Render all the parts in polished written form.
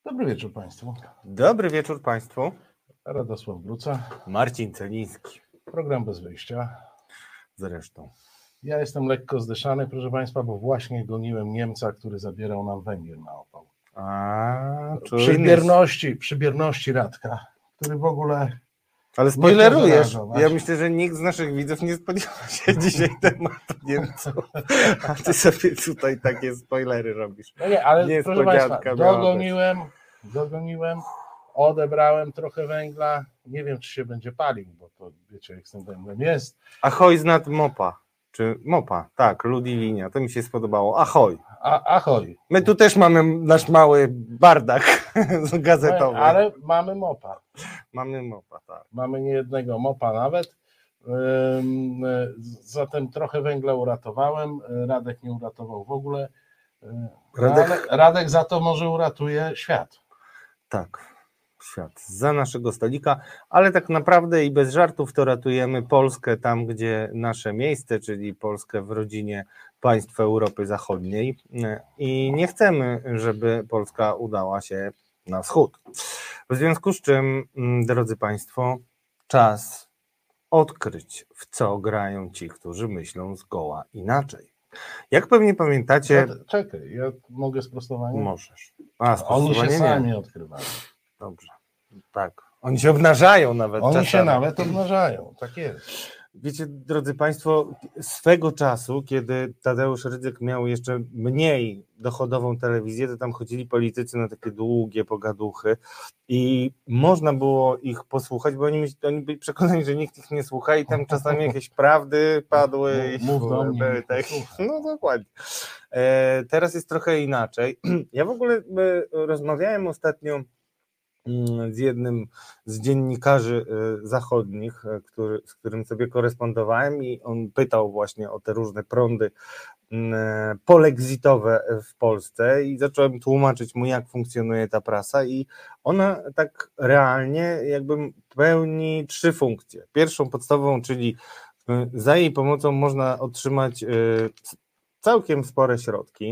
Dobry wieczór Państwu. Dobry wieczór Państwu. Radosław Gruca. Marcin Celiński. Program Bez Wyjścia. Zresztą. Ja jestem lekko zdyszany, proszę Państwa, bo właśnie goniłem Niemca, który zabierał nam węgiel na opał. Przy bierności Radka, który w ogóle... Ale spoilerujesz. Ja myślę, że nikt z naszych widzów nie spodziewa się dzisiaj tematu Niemców. A ty sobie tutaj takie spoilery robisz. No nie, ale proszę Państwa, dogoniłem, odebrałem trochę węgla. Nie wiem, czy się będzie palił, bo to wiecie, jak z tym węglem jest. Ahoj znad mopa. Czy mopa, tak, Ludilinia, to mi się spodobało. Ahoj. Ahoj. My tu też mamy nasz mały bardak gazetowy. Ale mamy mopa. Mamy mopa, tak. Mamy niejednego mopa nawet. Zatem trochę węgla uratowałem. Radek nie uratował w ogóle. Radek za to może uratuje świat. Tak. Świat za naszego stolika, ale tak naprawdę i bez żartów to ratujemy Polskę tam, gdzie nasze miejsce, czyli Polskę w rodzinie państw Europy Zachodniej i nie chcemy, żeby Polska udała się na wschód. W związku z czym, drodzy Państwo, czas odkryć, w co grają ci, którzy myślą zgoła inaczej. Jak pewnie pamiętacie... Czekaj, ja mogę sprostowanie? Możesz. Oni się sami odkrywają. Dobrze, tak. Oni się obnażają nawet. Oni się nawet obnażają, tak jest. Wiecie, drodzy Państwo, swego czasu, kiedy Tadeusz Rydzyk miał jeszcze mniej dochodową telewizję, to tam chodzili politycy na takie długie pogaduchy i można było ich posłuchać, bo oni byli przekonani, że nikt ich nie słucha i tam czasami jakieś prawdy padły. No dokładnie. Teraz jest trochę inaczej. Ja w ogóle rozmawiałem ostatnio z jednym z dziennikarzy zachodnich, z którym sobie korespondowałem i on pytał właśnie o te różne prądy polexitowe w Polsce i zacząłem tłumaczyć mu, jak funkcjonuje ta prasa i ona tak realnie jakby pełni 3 funkcje. Pierwszą podstawową, czyli za jej pomocą można otrzymać całkiem spore środki.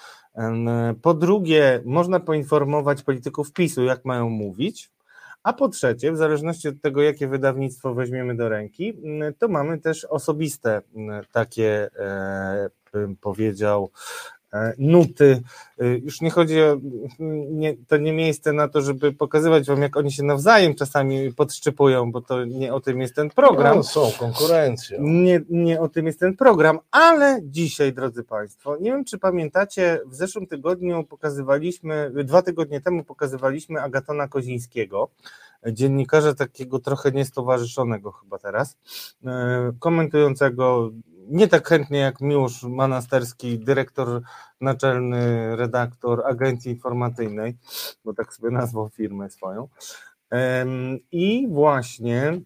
Po drugie, można poinformować polityków PiS-u, jak mają mówić, a po trzecie, w zależności od tego, jakie wydawnictwo weźmiemy do ręki, to mamy też osobiste takie, bym powiedział, nuty. Już nie chodzi o, to nie miejsce na to, żeby pokazywać wam, jak oni się nawzajem czasami podszczypują, bo to nie o tym jest ten program. No, są konkurencją. Nie o tym jest ten program, ale dzisiaj, drodzy Państwo, nie wiem, czy pamiętacie, w zeszłym tygodniu 2 tygodnie temu pokazywaliśmy Agatona Kozińskiego, dziennikarza takiego trochę niestowarzyszonego chyba teraz, komentującego nie tak chętnie jak Miłosz Manasterski, dyrektor naczelny, redaktor agencji informacyjnej, bo tak sobie nazwał firmę swoją. I właśnie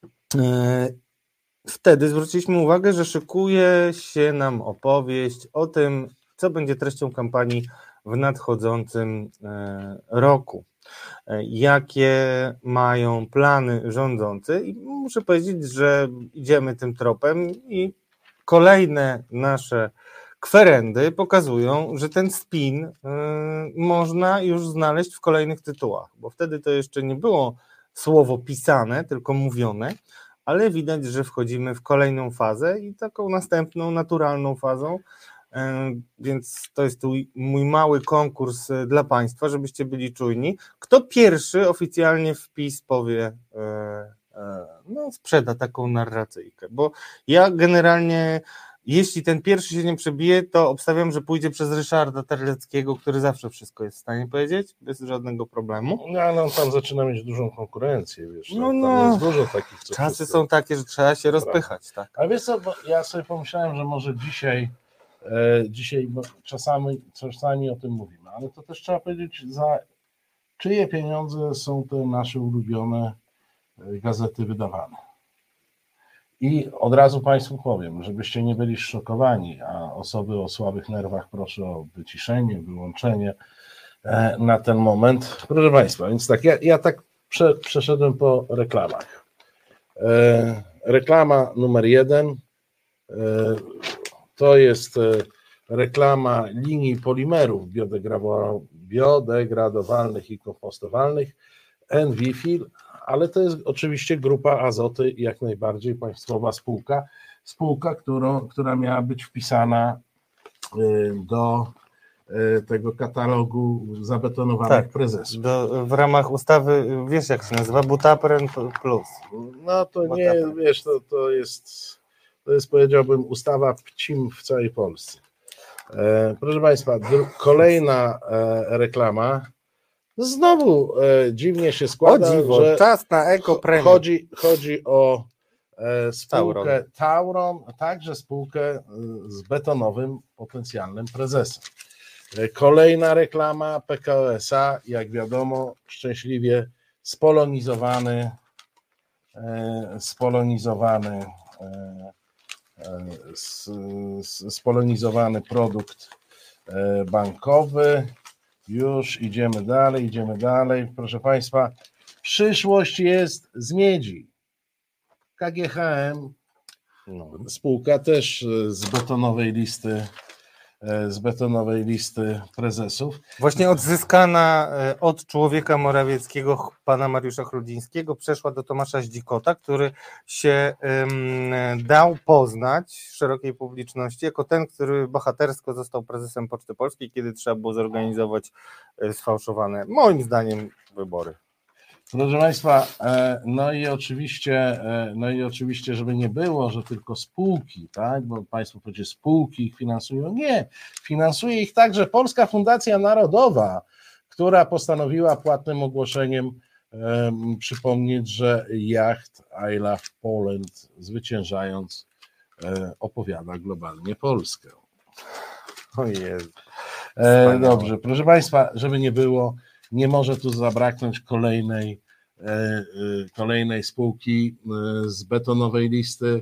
wtedy zwróciliśmy uwagę, że szykuje się nam opowieść o tym, co będzie treścią kampanii w nadchodzącym roku. Jakie mają plany rządzący i muszę powiedzieć, że idziemy tym tropem i kolejne nasze kwerendy pokazują, że ten spin można już znaleźć w kolejnych tytułach, bo wtedy to jeszcze nie było słowo pisane, tylko mówione, ale widać, że wchodzimy w kolejną fazę i taką następną, naturalną fazą, więc to jest tu mój mały konkurs dla Państwa, żebyście byli czujni. Kto pierwszy oficjalnie wpis powie, sprzeda taką narracyjkę, bo ja generalnie, jeśli ten pierwszy się nie przebije, to obstawiam, że pójdzie przez Ryszarda Terleckiego, który zawsze wszystko jest w stanie powiedzieć, bez żadnego problemu. No, ale on tam zaczyna mieć dużą konkurencję, wiesz, tam jest dużo takich, co czasy są takie, że trzeba się rozpychać, tak. Ale wiesz co, bo ja sobie pomyślałem, że może dzisiaj bo czasami o tym mówimy, ale to też trzeba powiedzieć, za czyje pieniądze są te nasze ulubione gazety wydawane. I od razu Państwu powiem, żebyście nie byli szokowani, a osoby o słabych nerwach proszę o wyciszenie, wyłączenie na ten moment. Proszę Państwa, więc tak, ja tak przeszedłem po reklamach. Reklama numer 1 to jest reklama linii polimerów biodegradowalnych i kompostowalnych, Envifil, ale to jest oczywiście Grupa Azoty, jak najbardziej państwowa spółka, która miała być wpisana do tego katalogu zabetonowanych prezesów. W ramach ustawy, wiesz jak się nazywa, Butapren Plus. No to nie, wiesz, to jest powiedziałbym ustawa PCIM w całej Polsce. Proszę Państwa, kolejna reklama. Znowu dziwnie się składa, że czas na ekopremię. chodzi o spółkę Tauron, także spółkę z betonowym potencjalnym prezesem. Kolejna reklama PKO SA, jak wiadomo, szczęśliwie spolonizowany produkt bankowy. Już idziemy dalej. Proszę Państwa, przyszłość jest z miedzi. KGHM, spółka też z betonowej listy prezesów. Właśnie odzyskana od człowieka Morawieckiego, pana Mariusza Chrudzińskiego, przeszła do Tomasza Zdzikota, który się dał poznać szerokiej publiczności jako ten, który bohatersko został prezesem Poczty Polskiej, kiedy trzeba było zorganizować sfałszowane, moim zdaniem, wybory. Proszę Państwa, no i oczywiście, żeby nie było, że tylko spółki, tak, bo Państwo powiecie, spółki ich finansują. Nie, finansuje ich także Polska Fundacja Narodowa, która postanowiła płatnym ogłoszeniem przypomnieć, że jacht I Love Poland, zwyciężając, opowiada globalnie Polskę. O Jezu. Dobrze, proszę Państwa, żeby nie było, nie może tu zabraknąć kolejnej spółki z betonowej listy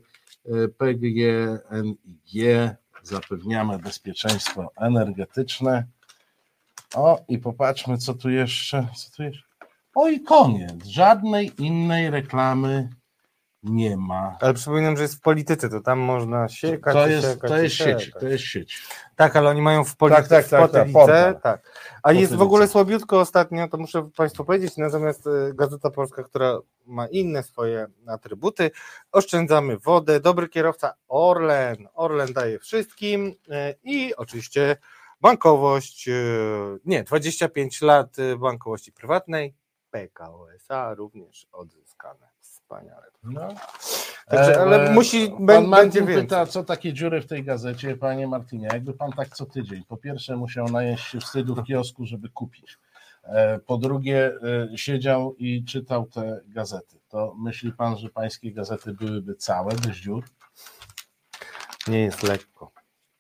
PGNiG. Zapewniamy bezpieczeństwo energetyczne. O, i popatrzmy, co tu jeszcze. O, i koniec. Żadnej innej reklamy nie ma. Ale przypominam, że jest w polityce, to tam można siekać. To jest sieć. Tak, ale oni mają w polityce, tak. A jest w ogóle słabiutko ostatnio, to muszę Państwu powiedzieć, natomiast Gazeta Polska, która ma inne swoje atrybuty, oszczędzamy wodę, dobry kierowca Orlen daje wszystkim i oczywiście bankowość, 25 lat bankowości prywatnej, PKO SA również odzyskane. Wspaniale. No. Także, ale pan Martin będzie pyta, co takie dziury w tej gazecie, panie Martinie, jakby pan tak co tydzień, po pierwsze musiał najeść się wstydu w kiosku, żeby kupić, po drugie siedział i czytał te gazety, to myśli pan, że pańskie gazety byłyby całe, bez dziur? Nie jest lekko.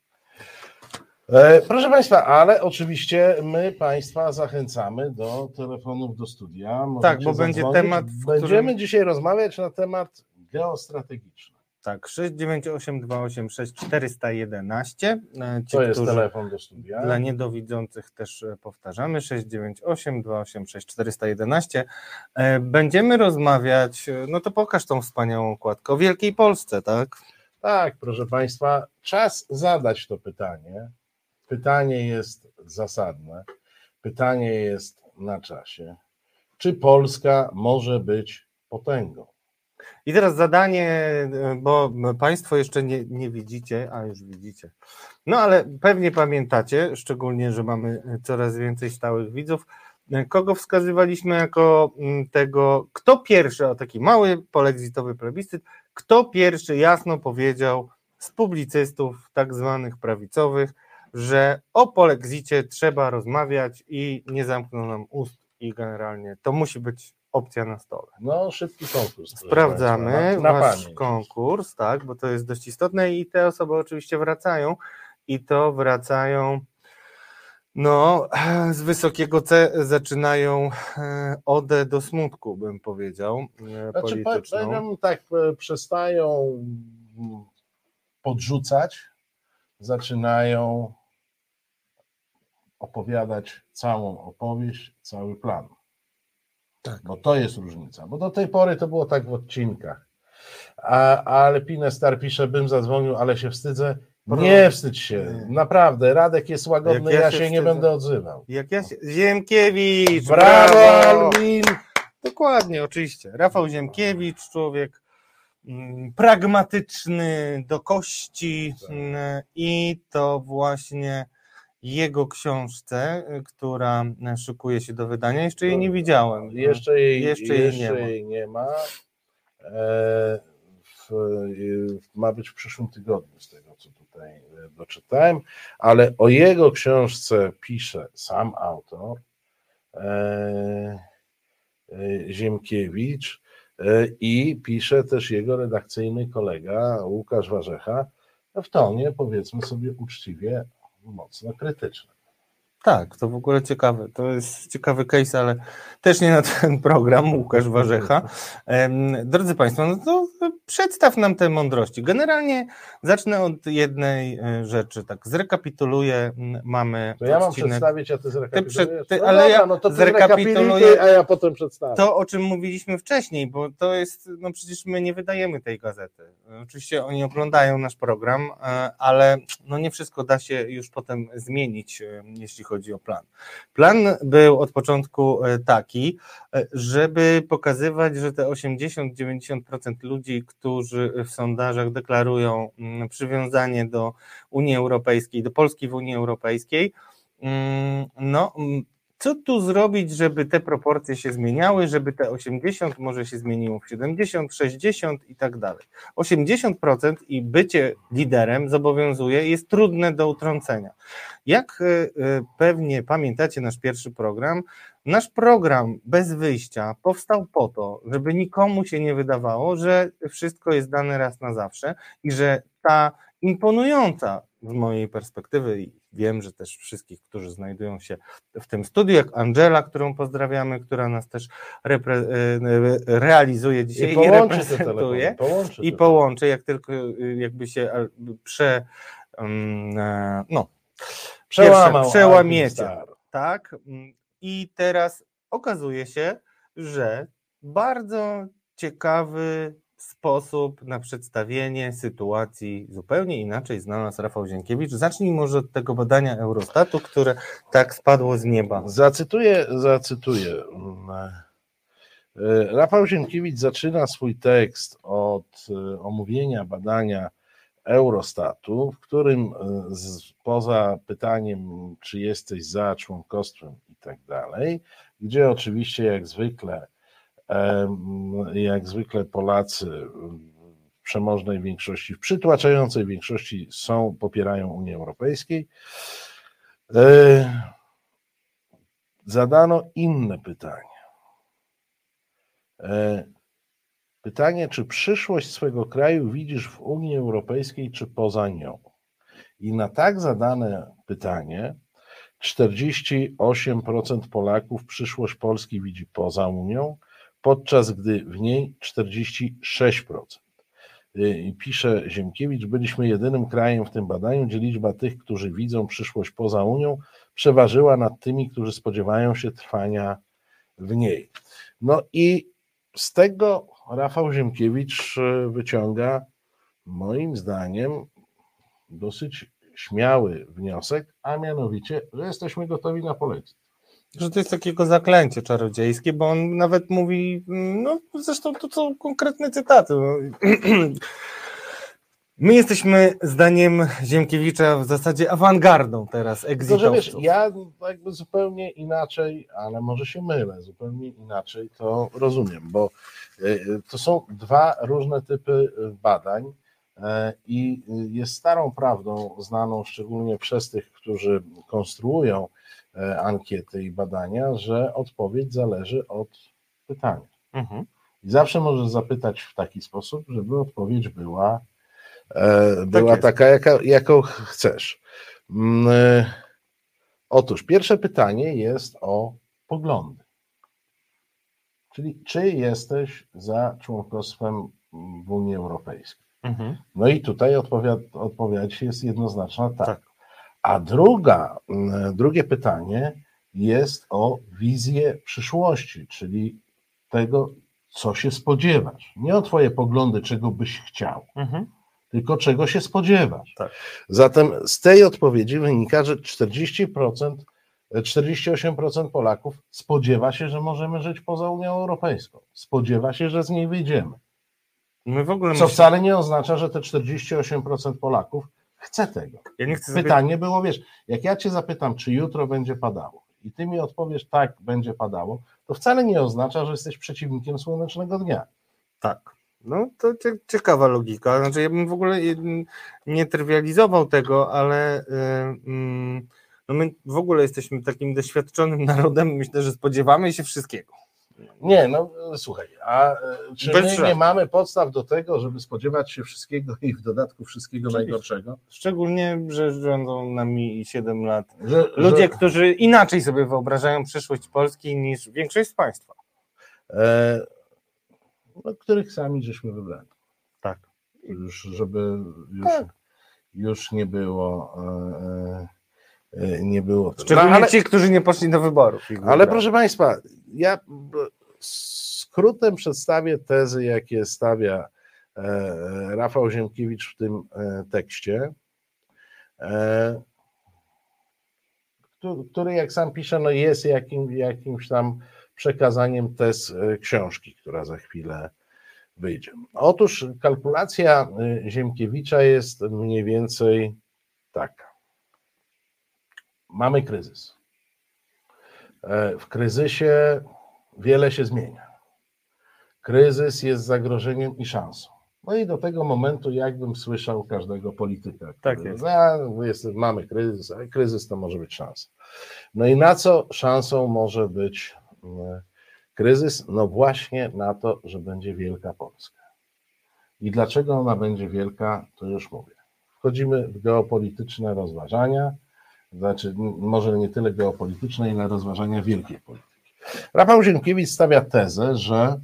Proszę Państwa, ale oczywiście my Państwa zachęcamy do telefonów do studia. Możecie tak, bo będzie temat, Będziemy dzisiaj rozmawiać na temat geostrategiczny. Tak, 698 286 411. To jest telefon do studia. Dla niedowidzących też powtarzamy, 698 286 411. Będziemy rozmawiać, no to pokaż tą wspaniałą okładkę, o Wielkiej Polsce, tak? Tak, proszę Państwa, czas zadać to pytanie. Pytanie jest zasadne, pytanie jest na czasie. Czy Polska może być potęgą? I teraz zadanie, bo Państwo jeszcze nie widzicie, a już widzicie. No ale pewnie pamiętacie, szczególnie, że mamy coraz więcej stałych widzów, kogo wskazywaliśmy jako tego, kto pierwszy, o taki mały polexitowy plebiscyt, kto pierwszy jasno powiedział z publicystów tak zwanych prawicowych, że o polexicie trzeba rozmawiać i nie zamkną nam ust i generalnie to musi być opcja na stole. No, szybki konkurs. Sprawdzamy na wasz konkurs, tak, bo to jest dość istotne i te osoby oczywiście wracają i to wracają no, z wysokiego C zaczynają odę do smutku, bym powiedział, polityczną. Powiem tak, przestają podrzucać, zaczynają opowiadać całą opowieść, cały plan. Tak. Bo to jest różnica, bo do tej pory to było tak w odcinkach. Ale Pinestar pisze, bym zadzwonił, ale się wstydzę. Nie wstydź się, naprawdę, Radek jest łagodny, Jak ja ja się się nie wstydzę. będę odzywał. Ziemkiewicz! Brawo, Alwin! Dokładnie, oczywiście. Rafał Ziemkiewicz, człowiek pragmatyczny do kości i to właśnie jego książce, która szykuje się do wydania. Jeszcze jej nie widziałem. Jeszcze jej nie ma. Ma być w przyszłym tygodniu, z tego co tutaj doczytałem, ale o jego książce pisze sam autor Ziemkiewicz i pisze też jego redakcyjny kolega Łukasz Warzecha w tonie, powiedzmy sobie uczciwie, mocno krytycznym. Tak, to w ogóle ciekawe. To jest ciekawy case, ale też nie na ten program, Łukasz Warzecha. Drodzy Państwo, no to przedstaw nam te mądrości. Generalnie zacznę od jednej rzeczy. Tak, zrekapituluję. Mamy to ja mam odcinek. przedstawić, a ty zrekapitulujesz? Ale ja no to zrekapituluję, a ja potem przedstawię. To, o czym mówiliśmy wcześniej, bo to jest, no przecież my nie wydajemy tej gazety. Oczywiście oni oglądają nasz program, ale no nie wszystko da się już potem zmienić, jeśli chodzi o plan. Plan był od początku taki, żeby pokazywać, że te 80-90% ludzi, którzy w sondażach deklarują przywiązanie do Unii Europejskiej, do Polski w Unii Europejskiej, no co tu zrobić, żeby te proporcje się zmieniały, żeby te 80 może się zmieniło w 70, 60 i tak dalej. 80% i bycie liderem zobowiązuje, jest trudne do utrącenia. Jak pewnie pamiętacie nasz pierwszy program bez wyjścia powstał po to, żeby nikomu się nie wydawało, że wszystko jest dane raz na zawsze i że ta imponująca z mojej perspektywy i wiem, że też wszystkich, którzy znajdują się w tym studiu, jak Angela, którą pozdrawiamy, która nas też realizuje dzisiaj i reprezentuje i połączy, jak tylko jakby się przełamiecie. Tak? I teraz okazuje się, że bardzo ciekawy sposób na przedstawienie sytuacji zupełnie inaczej znalazł Rafał Ziemkiewicz. Zacznij może od tego badania Eurostatu, które tak spadło z nieba. Zacytuję. Rafał Ziemkiewicz zaczyna swój tekst od omówienia badania Eurostatu, w którym poza pytaniem, czy jesteś za członkostwem i tak dalej, gdzie oczywiście jak zwykle Polacy w przemożnej większości, w przytłaczającej większości popierają Unię Europejską. Zadano inne pytanie. Pytanie, czy przyszłość swego kraju widzisz w Unii Europejskiej, czy poza nią? I na tak zadane pytanie 48% Polaków przyszłość Polski widzi poza Unią, podczas gdy w niej 46%. Pisze Ziemkiewicz, byliśmy jedynym krajem w tym badaniu, gdzie liczba tych, którzy widzą przyszłość poza Unią, przeważyła nad tymi, którzy spodziewają się trwania w niej. No i z tego Rafał Ziemkiewicz wyciąga, moim zdaniem, dosyć śmiały wniosek, a mianowicie, że jesteśmy gotowi na polexit. Że to jest takiego zaklęcie czarodziejskie, bo on nawet mówi, no zresztą to są konkretne cytaty. My jesteśmy, zdaniem Ziemkiewicza, w zasadzie awangardą teraz exitowców. Wiesz, ja jakby zupełnie inaczej, ale może się mylę, zupełnie inaczej to rozumiem, bo to są dwa różne typy badań i jest starą prawdą, znaną szczególnie przez tych, którzy konstruują ankiety i badania, że odpowiedź zależy od pytania. I zawsze możesz zapytać w taki sposób, żeby odpowiedź była taka, jaką chcesz. Otóż pierwsze pytanie jest o poglądy. Czyli czy jesteś za członkostwem w Unii Europejskiej? No i tutaj odpowiedź jest jednoznaczna tak. A drugie pytanie jest o wizję przyszłości, czyli tego, co się spodziewasz. Nie o twoje poglądy, czego byś chciał, tylko czego się spodziewasz. Tak. Zatem z tej odpowiedzi wynika, że 48% Polaków spodziewa się, że możemy żyć poza Unią Europejską. Spodziewa się, że z niej wyjdziemy. My w ogóle Co wcale nie oznacza, że te 48% Polaków chce tego. Ja nie chcę Pytanie było, wiesz, jak ja cię zapytam, czy jutro będzie padało i ty mi odpowiesz, tak, będzie padało, to wcale nie oznacza, że jesteś przeciwnikiem słonecznego dnia. Tak. No to ciekawa logika. Znaczy ja bym w ogóle nie trywializował tego, ale no my w ogóle jesteśmy takim doświadczonym narodem. Myślę, że spodziewamy się wszystkiego. Nie, no słuchaj, a czy Bez my żartu. nie mamy podstaw do tego, żeby spodziewać się wszystkiego i w dodatku wszystkiego Oczywiście. najgorszego? Szczególnie, że rządzą nami 7 lat Ludzie, którzy inaczej sobie wyobrażają przyszłość Polski niż większość z państwa. których sami żeśmy wybrali. Tak. Żeby Tak. już nie było nie było tego. Szczególnie ci, którzy nie poszli do wyborów. Ale proszę Państwa, ja skrótem przedstawię tezy, jakie stawia Rafał Ziemkiewicz w tym tekście, który, jak sam pisze, no jest jakimś tam przekazaniem tez książki, która za chwilę wyjdzie. Otóż kalkulacja Ziemkiewicza jest mniej więcej taka. Mamy kryzys. W kryzysie wiele się zmienia. Kryzys jest zagrożeniem i szansą. No i do tego momentu, jakbym słyszał każdego polityka, Tak jest. Mamy kryzys, ale kryzys to może być szansa. No i na co szansą może być kryzys? No właśnie na to, że będzie wielka Polska. I dlaczego ona będzie wielka, to już mówię. Wchodzimy w geopolityczne rozważania, znaczy może nie tyle geopolityczne, ile rozważania wielkiej polityki. Rafał Ziemkiewicz stawia tezę, że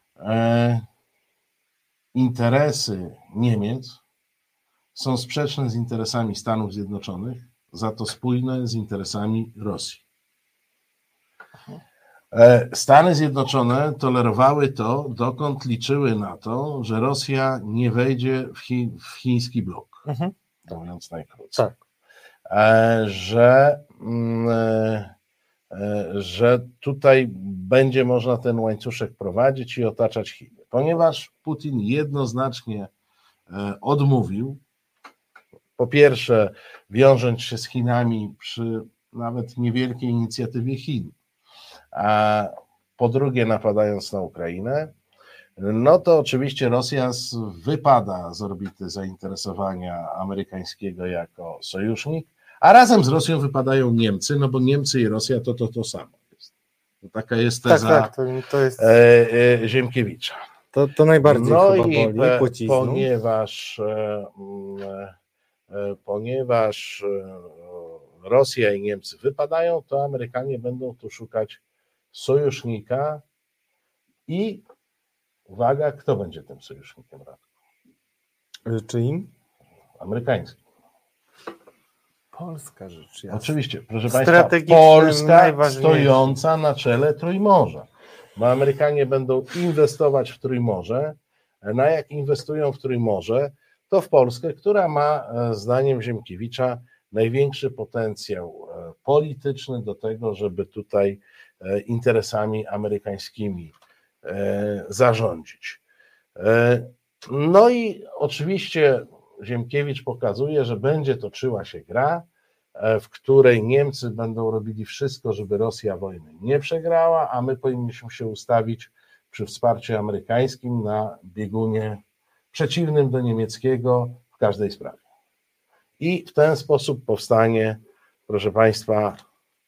interesy Niemiec są sprzeczne z interesami Stanów Zjednoczonych, za to spójne z interesami Rosji. Stany Zjednoczone tolerowały to, dokąd liczyły na to, że Rosja nie wejdzie w chiński blok, mówiąc najkrócej. Tak. Że tutaj będzie można ten łańcuszek prowadzić i otaczać Chiny. Ponieważ Putin jednoznacznie odmówił, po pierwsze, wiążąc się z Chinami przy nawet niewielkiej inicjatywie Chin, a po drugie napadając na Ukrainę, no to oczywiście Rosja wypada z orbity zainteresowania amerykańskiego jako sojusznik, a razem z Rosją wypadają Niemcy, no bo Niemcy i Rosja to samo jest. Taka jest teza Tak, to jest Ziemkiewicza. to najbardziej No chyba i boli płcizną. ponieważ Rosja i Niemcy wypadają, to Amerykanie będą tu szukać sojusznika i uwaga, kto będzie tym sojusznikiem? Czyim? Amerykańskim. Polska rzecz jasna. Oczywiście, proszę Państwa, Strategicznym, Polska najważniejszym. stojąca na czele Trójmorza. Bo Amerykanie będą inwestować w Trójmorze. Na jak inwestują w Trójmorze, to w Polskę, która ma, zdaniem Ziemkiewicza, największy potencjał polityczny do tego, żeby tutaj interesami amerykańskimi zarządzić. No i oczywiście Ziemkiewicz pokazuje, że będzie toczyła się gra, w której Niemcy będą robili wszystko, żeby Rosja wojny nie przegrała, a my powinniśmy się ustawić przy wsparciu amerykańskim na biegunie przeciwnym do niemieckiego w każdej sprawie. I w ten sposób powstanie, proszę Państwa,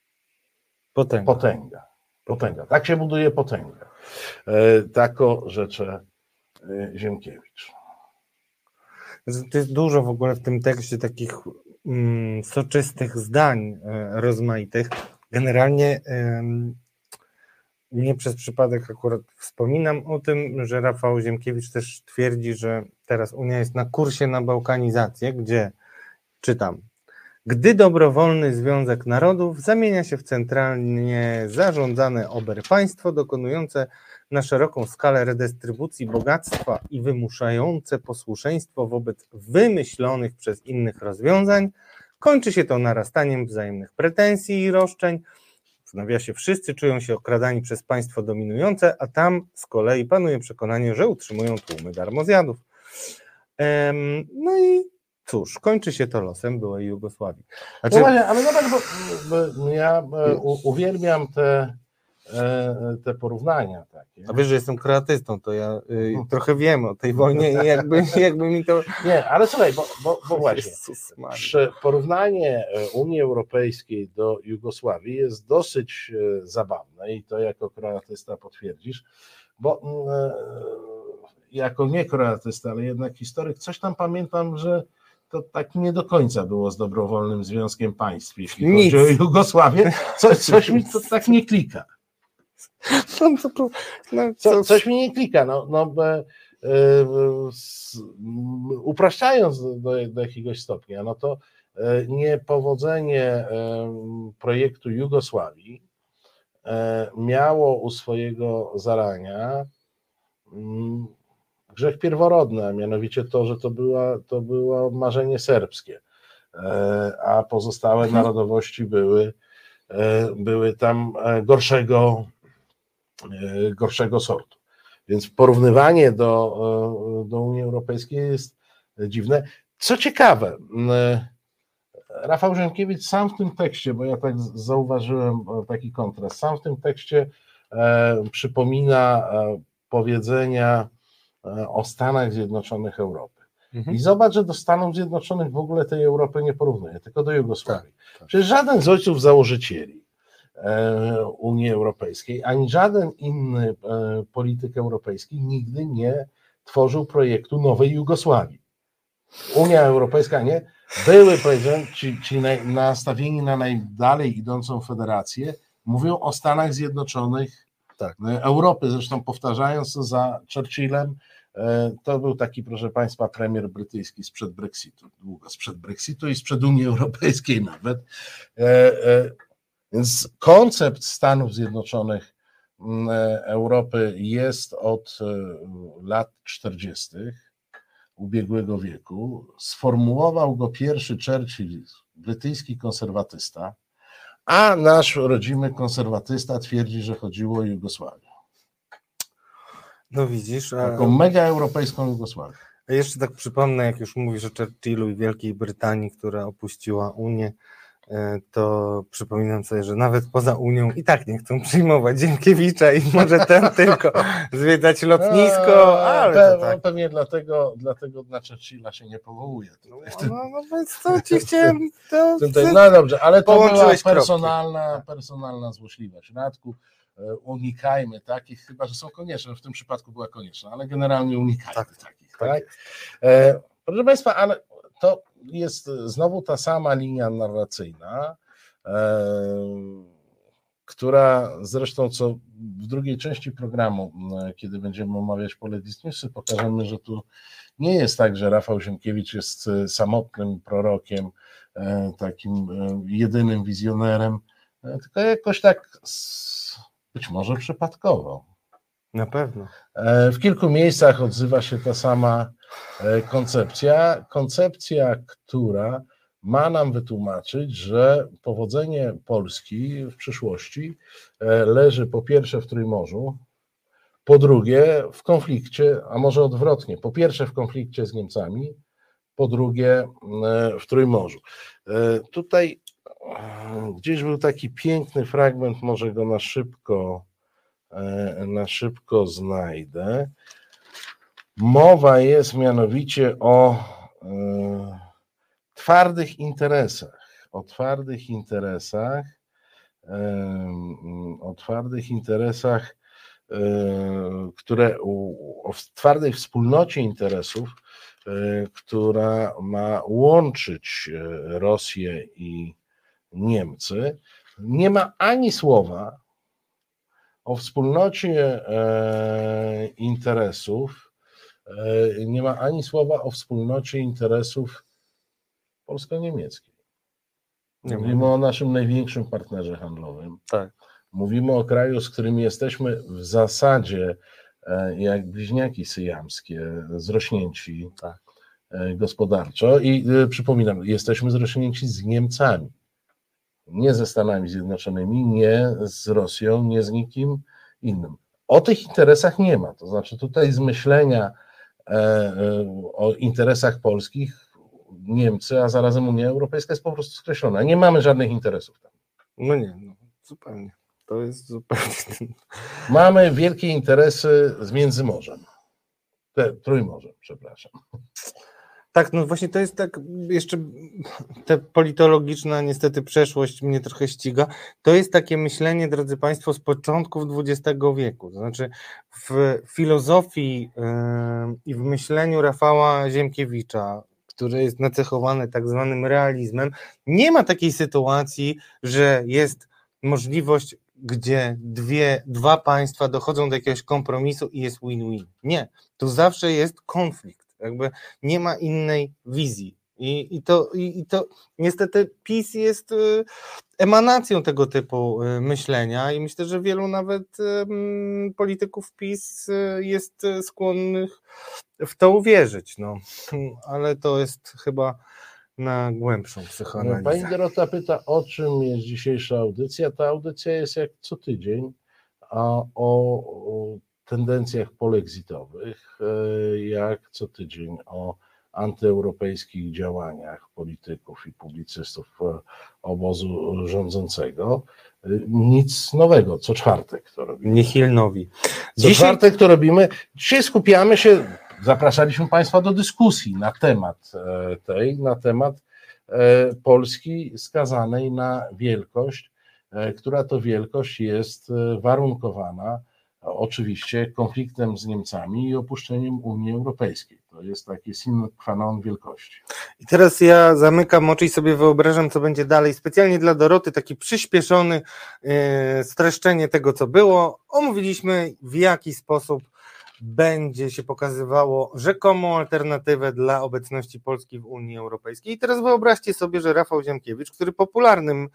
potęga. Tak się buduje potęga. Tako rzecze Ziemkiewicz. To jest dużo w ogóle w tym tekście takich soczystych zdań rozmaitych. Generalnie nie przez przypadek akurat wspominam o tym, że Rafał Ziemkiewicz też twierdzi, że teraz Unia jest na kursie na bałkanizację, gdzie, czytam, gdy dobrowolny Związek Narodów zamienia się w centralnie zarządzane oberpaństwo dokonujące na szeroką skalę redystrybucji bogactwa i wymuszające posłuszeństwo wobec wymyślonych przez innych rozwiązań, kończy się to narastaniem wzajemnych pretensji i roszczeń. W nawiasie wszyscy czują się okradani przez państwo dominujące, a tam z kolei panuje przekonanie, że utrzymują tłumy darmozjadów. No i cóż, kończy się to losem byłej Jugosławii. No właśnie, ale zobacz, bo ja uwielbiam te porównania takie. A wiesz, że jestem kreatystą, to ja trochę wiem o tej wojnie i jakby mi to... Nie, ale słuchaj, bo właśnie, Jezus Maria. porównanie Unii Europejskiej do Jugosławii jest dosyć zabawne i to jako kroatysta potwierdzisz, bo jako nie kroatysta, ale jednak historyk, coś tam pamiętam, że to tak nie do końca było z dobrowolnym Związkiem Państw, jeśli chodzi o Jugosławię. Coś mi to tak nie klika. Coś mi nie klika. Upraszczając do jakiegoś stopnia, no to niepowodzenie projektu Jugosławii miało u swojego zarania grzech pierworodny, a mianowicie to, że to było marzenie serbskie, a pozostałe narodowości były tam gorszego sortu. Więc porównywanie do Unii Europejskiej jest dziwne. Co ciekawe, Rafał Ziemkiewicz sam w tym tekście, bo ja tak zauważyłem taki kontrast, sam w tym tekście przypomina powiedzenia o Stanach Zjednoczonych Europy. I zobacz, że do Stanów Zjednoczonych w ogóle tej Europy nie porównuje, tylko do Jugosławii. Tak. Przecież żaden z ojców założycieli Unii Europejskiej, ani żaden inny polityk europejski nigdy nie tworzył projektu nowej Jugosławii. Unia Europejska nie. Były, powiedziałem, ci nastawieni na najdalej idącą federację, mówią o Stanach Zjednoczonych Europy. Zresztą powtarzając to za Churchillem, to był taki, proszę Państwa, premier brytyjski sprzed Brexitu, długo sprzed Brexitu i sprzed Unii Europejskiej nawet. Więc koncept Stanów Zjednoczonych Europy jest od lat 40. ubiegłego wieku. Sformułował go pierwszy Churchill, brytyjski konserwatysta, a nasz rodzimy konserwatysta twierdzi, że chodziło o Jugosławię. No widzisz. Taką mega europejską Jugosławię. A jeszcze tak przypomnę, jak już mówisz o Churchillu i Wielkiej Brytanii, która opuściła Unię, to przypominam sobie, że nawet poza Unią i tak nie chcą przyjmować Ziemkiewicza i może ten tylko zwiedzać lotnisko, ale tak. Pewnie dlatego na Churchilla się nie powołuje. No więc to ci chciałem... No dobrze, ale to była personalna złośliwość. Radku, unikajmy takich, chyba że są konieczne, w tym przypadku była konieczna, ale generalnie unikajmy takich. Tak? Proszę Państwa, ale to jest znowu ta sama linia narracyjna, która zresztą, co w drugiej części programu, kiedy będziemy omawiać pole Disnewsy, pokażemy, że tu nie jest tak, że Rafał Ziemkiewicz jest samotnym prorokiem, takim jedynym wizjonerem, tylko jakoś tak być może przypadkowo. Na pewno. W kilku miejscach odzywa się ta sama koncepcja, która ma nam wytłumaczyć, że powodzenie Polski w przyszłości leży po pierwsze w Trójmorzu, po drugie w konflikcie, a może odwrotnie, po pierwsze w konflikcie z Niemcami, po drugie w Trójmorzu. Tutaj gdzieś był taki piękny fragment, może go na szybko znajdę. Mowa jest mianowicie o twardych interesach, o twardych o twardej wspólnocie interesów, która ma łączyć Rosję i Niemcy. Nie ma ani słowa o wspólnocie interesów, polsko-niemieckiej. Mówimy o naszym największym partnerze handlowym. Tak. Mówimy o kraju, z którym jesteśmy w zasadzie jak bliźniaki syjamskie, zrośnięci Tak. gospodarczo i przypominam, jesteśmy zrośnięci z Niemcami, nie ze Stanami Zjednoczonymi, nie z Rosją, nie z nikim innym. O tych interesach nie ma, to znaczy tutaj z myślenia o interesach polskich Niemcy, a zarazem Unia Europejska jest po prostu skreślona. Nie mamy żadnych interesów tam. No nie, no, zupełnie. To jest zupełnie... Mamy wielkie interesy z Międzymorzem. Trójmorzem, przepraszam. Tak, no właśnie to jest tak, jeszcze ta politologiczna niestety przeszłość mnie trochę ściga. To jest takie myślenie, drodzy Państwo, z początków XX wieku. To znaczy w filozofii i w myśleniu Rafała Ziemkiewicza, który jest nacechowany tak zwanym realizmem, nie ma takiej sytuacji, że jest możliwość, gdzie dwa państwa dochodzą do jakiegoś kompromisu i jest win-win. Nie, tu zawsze jest konflikt. Jakby nie ma innej wizji. I to niestety PiS jest emanacją tego typu myślenia i myślę, że wielu nawet polityków PiS jest skłonnych w to uwierzyć. No. Ale to jest chyba na głębszą psychoanalizę. Pani Dorota pyta, o czym jest dzisiejsza audycja. Ta audycja jest jak co tydzień, a o tendencjach polexitowych, jak co tydzień o antyeuropejskich działaniach polityków i publicystów obozu rządzącego. Nic nowego, co czwartek to robimy. Niechilnowi. Czwartek to robimy. Dzisiaj skupiamy się, zapraszaliśmy Państwa do dyskusji na temat na temat Polski skazanej na wielkość, która to wielkość jest warunkowana oczywiście konfliktem z Niemcami i opuszczeniem Unii Europejskiej. To jest takie sine qua non wielkości. I teraz ja zamykam oczy i sobie wyobrażam, co będzie dalej. Specjalnie dla Doroty taki przyspieszony streszczenie tego, co było. Omówiliśmy, w jaki sposób będzie się pokazywało rzekomą alternatywę dla obecności Polski w Unii Europejskiej. I teraz wyobraźcie sobie, że Rafał Ziemkiewicz, który popularnym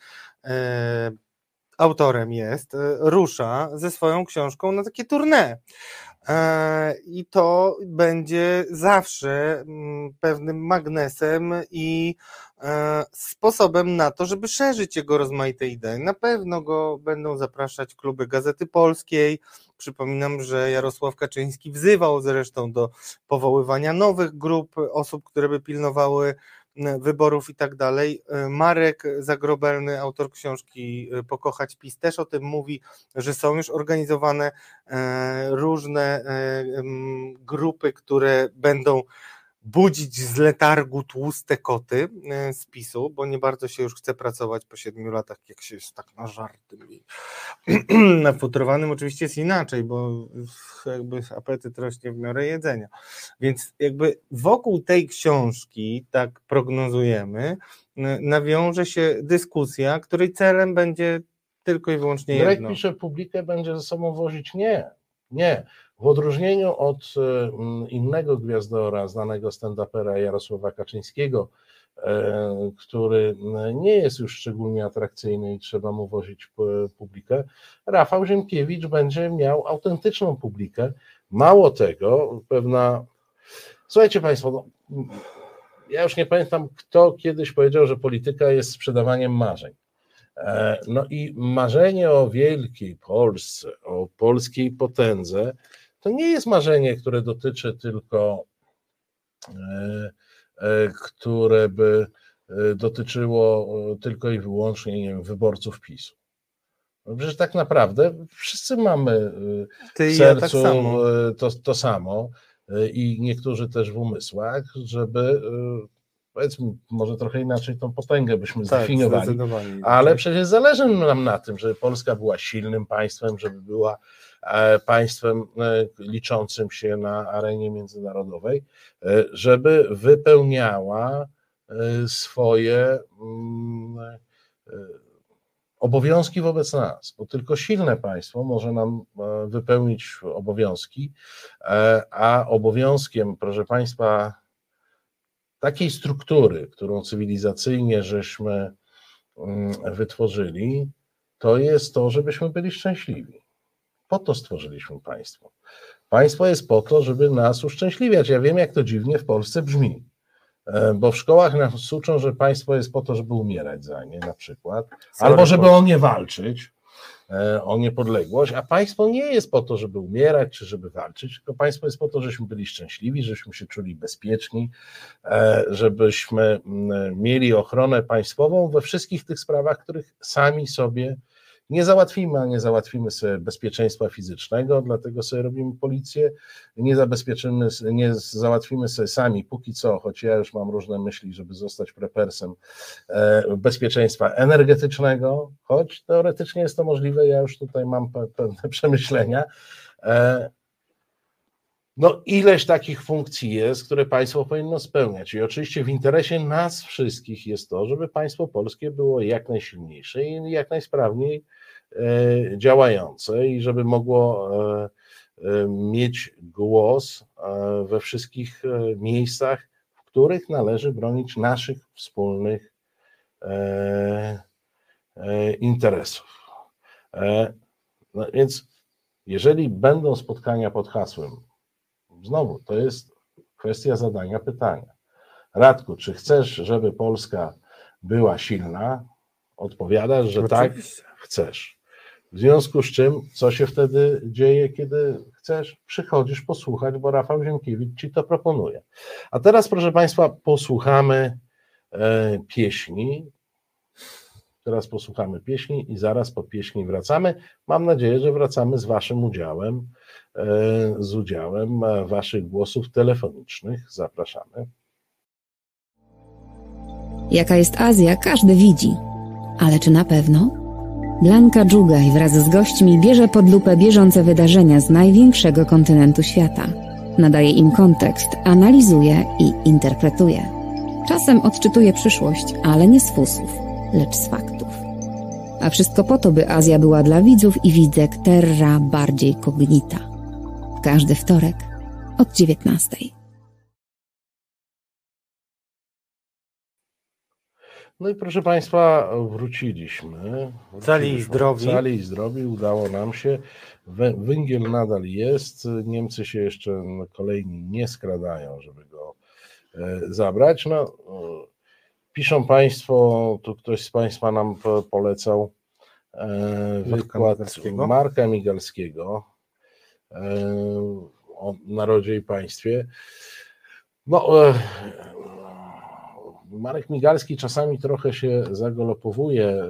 autorem jest, rusza ze swoją książką na takie tournée. I to będzie zawsze pewnym magnesem i sposobem na to, żeby szerzyć jego rozmaite idee. Na pewno go będą zapraszać kluby Gazety Polskiej. Przypominam, że Jarosław Kaczyński wzywał zresztą do powoływania nowych grup osób, które by pilnowały wyborów i tak dalej. Marek Zagrobelny, autor książki Pokochać PiS, też o tym mówi, że są już organizowane różne grupy, które będą budzić z letargu tłuste koty z PiS-u, bo nie bardzo się już chce pracować po 7 latach, jak się jest tak nażartym i nafutrowanym. Oczywiście jest inaczej, bo jakby apetyt rośnie w miarę jedzenia. Więc jakby wokół tej książki, tak prognozujemy, nawiąże się dyskusja, której celem będzie tylko i wyłącznie jedno. Greg pisze, publikę będzie ze sobą wozić? Nie. W odróżnieniu od innego gwiazdora, znanego stand-upera Jarosława Kaczyńskiego, który nie jest już szczególnie atrakcyjny i trzeba mu wozić publikę, Rafał Ziemkiewicz będzie miał autentyczną publikę. Mało tego, Słuchajcie Państwo, ja już nie pamiętam, kto kiedyś powiedział, że polityka jest sprzedawaniem marzeń. No i marzenie o wielkiej Polsce, o polskiej potędze, to nie jest marzenie, które dotyczy tylko, które by dotyczyło tylko i wyłącznie, nie wiem, wyborców PiS-u. No przecież tak naprawdę wszyscy mamy w sercu to samo i niektórzy też w umysłach, żeby, powiedzmy, może trochę inaczej tą potęgę byśmy zdefiniowali, ale przecież zależy nam na tym, żeby Polska była silnym państwem, żeby była państwem liczącym się na arenie międzynarodowej, żeby wypełniała swoje obowiązki wobec nas, bo tylko silne państwo może nam wypełnić obowiązki, a obowiązkiem, proszę Państwa, takiej struktury, którą cywilizacyjnie żeśmy wytworzyli, to jest to, żebyśmy byli szczęśliwi. Po to stworzyliśmy państwo. Państwo jest po to, żeby nas uszczęśliwiać. Ja wiem, jak to dziwnie w Polsce brzmi, bo w szkołach nas uczą, że państwo jest po to, żeby umierać za nie na przykład, albo żeby o nie walczyć, o niepodległość, a państwo nie jest po to, żeby umierać, czy żeby walczyć, tylko państwo jest po to, żebyśmy byli szczęśliwi, żebyśmy się czuli bezpieczni, żebyśmy mieli ochronę państwową we wszystkich tych sprawach, których sami sobie nie załatwimy, a nie załatwimy sobie bezpieczeństwa fizycznego, dlatego sobie robimy policję, nie załatwimy sobie sami, póki co, choć ja już mam różne myśli, żeby zostać prepersem, bezpieczeństwa energetycznego, choć teoretycznie jest to możliwe, ja już tutaj mam pewne przemyślenia. No ileś takich funkcji jest, które państwo powinno spełniać i oczywiście w interesie nas wszystkich jest to, żeby państwo polskie było jak najsilniejsze i jak najsprawniej działające i żeby mogło mieć głos we wszystkich miejscach, w których należy bronić naszych wspólnych interesów. No więc jeżeli będą spotkania pod hasłem, znowu, to jest kwestia zadania pytania. Radku, czy chcesz, żeby Polska była silna? Odpowiadasz, że oczywiście. Tak, chcesz. W związku z czym, co się wtedy dzieje, kiedy chcesz? Przychodzisz posłuchać, bo Rafał Ziemkiewicz ci to proponuje. A teraz, proszę Państwa, posłuchamy pieśni. Teraz posłuchamy pieśni i zaraz po pieśni wracamy. Mam nadzieję, że wracamy z Waszym udziałem, z udziałem Waszych głosów telefonicznych. Zapraszamy. Jaka jest Azja, każdy widzi. Ale czy na pewno? Blanka Dżugaj wraz z gośćmi bierze pod lupę bieżące wydarzenia z największego kontynentu świata. Nadaje im kontekst, analizuje i interpretuje. Czasem odczytuje przyszłość, ale nie z fusów, lecz z faktów. A wszystko po to, by Azja była dla widzów i widzek terra bardziej cognita. Każdy wtorek od 19. No i proszę Państwa, wróciliśmy. Cali i zdrowi, udało nam się. Węgiel nadal jest, Niemcy się jeszcze kolejni nie skradają, żeby go zabrać. No, piszą Państwo, tu ktoś z Państwa nam polecał wykład Marka Migalskiego o narodzie i państwie. No, Marek Migalski czasami trochę się zagolopowuje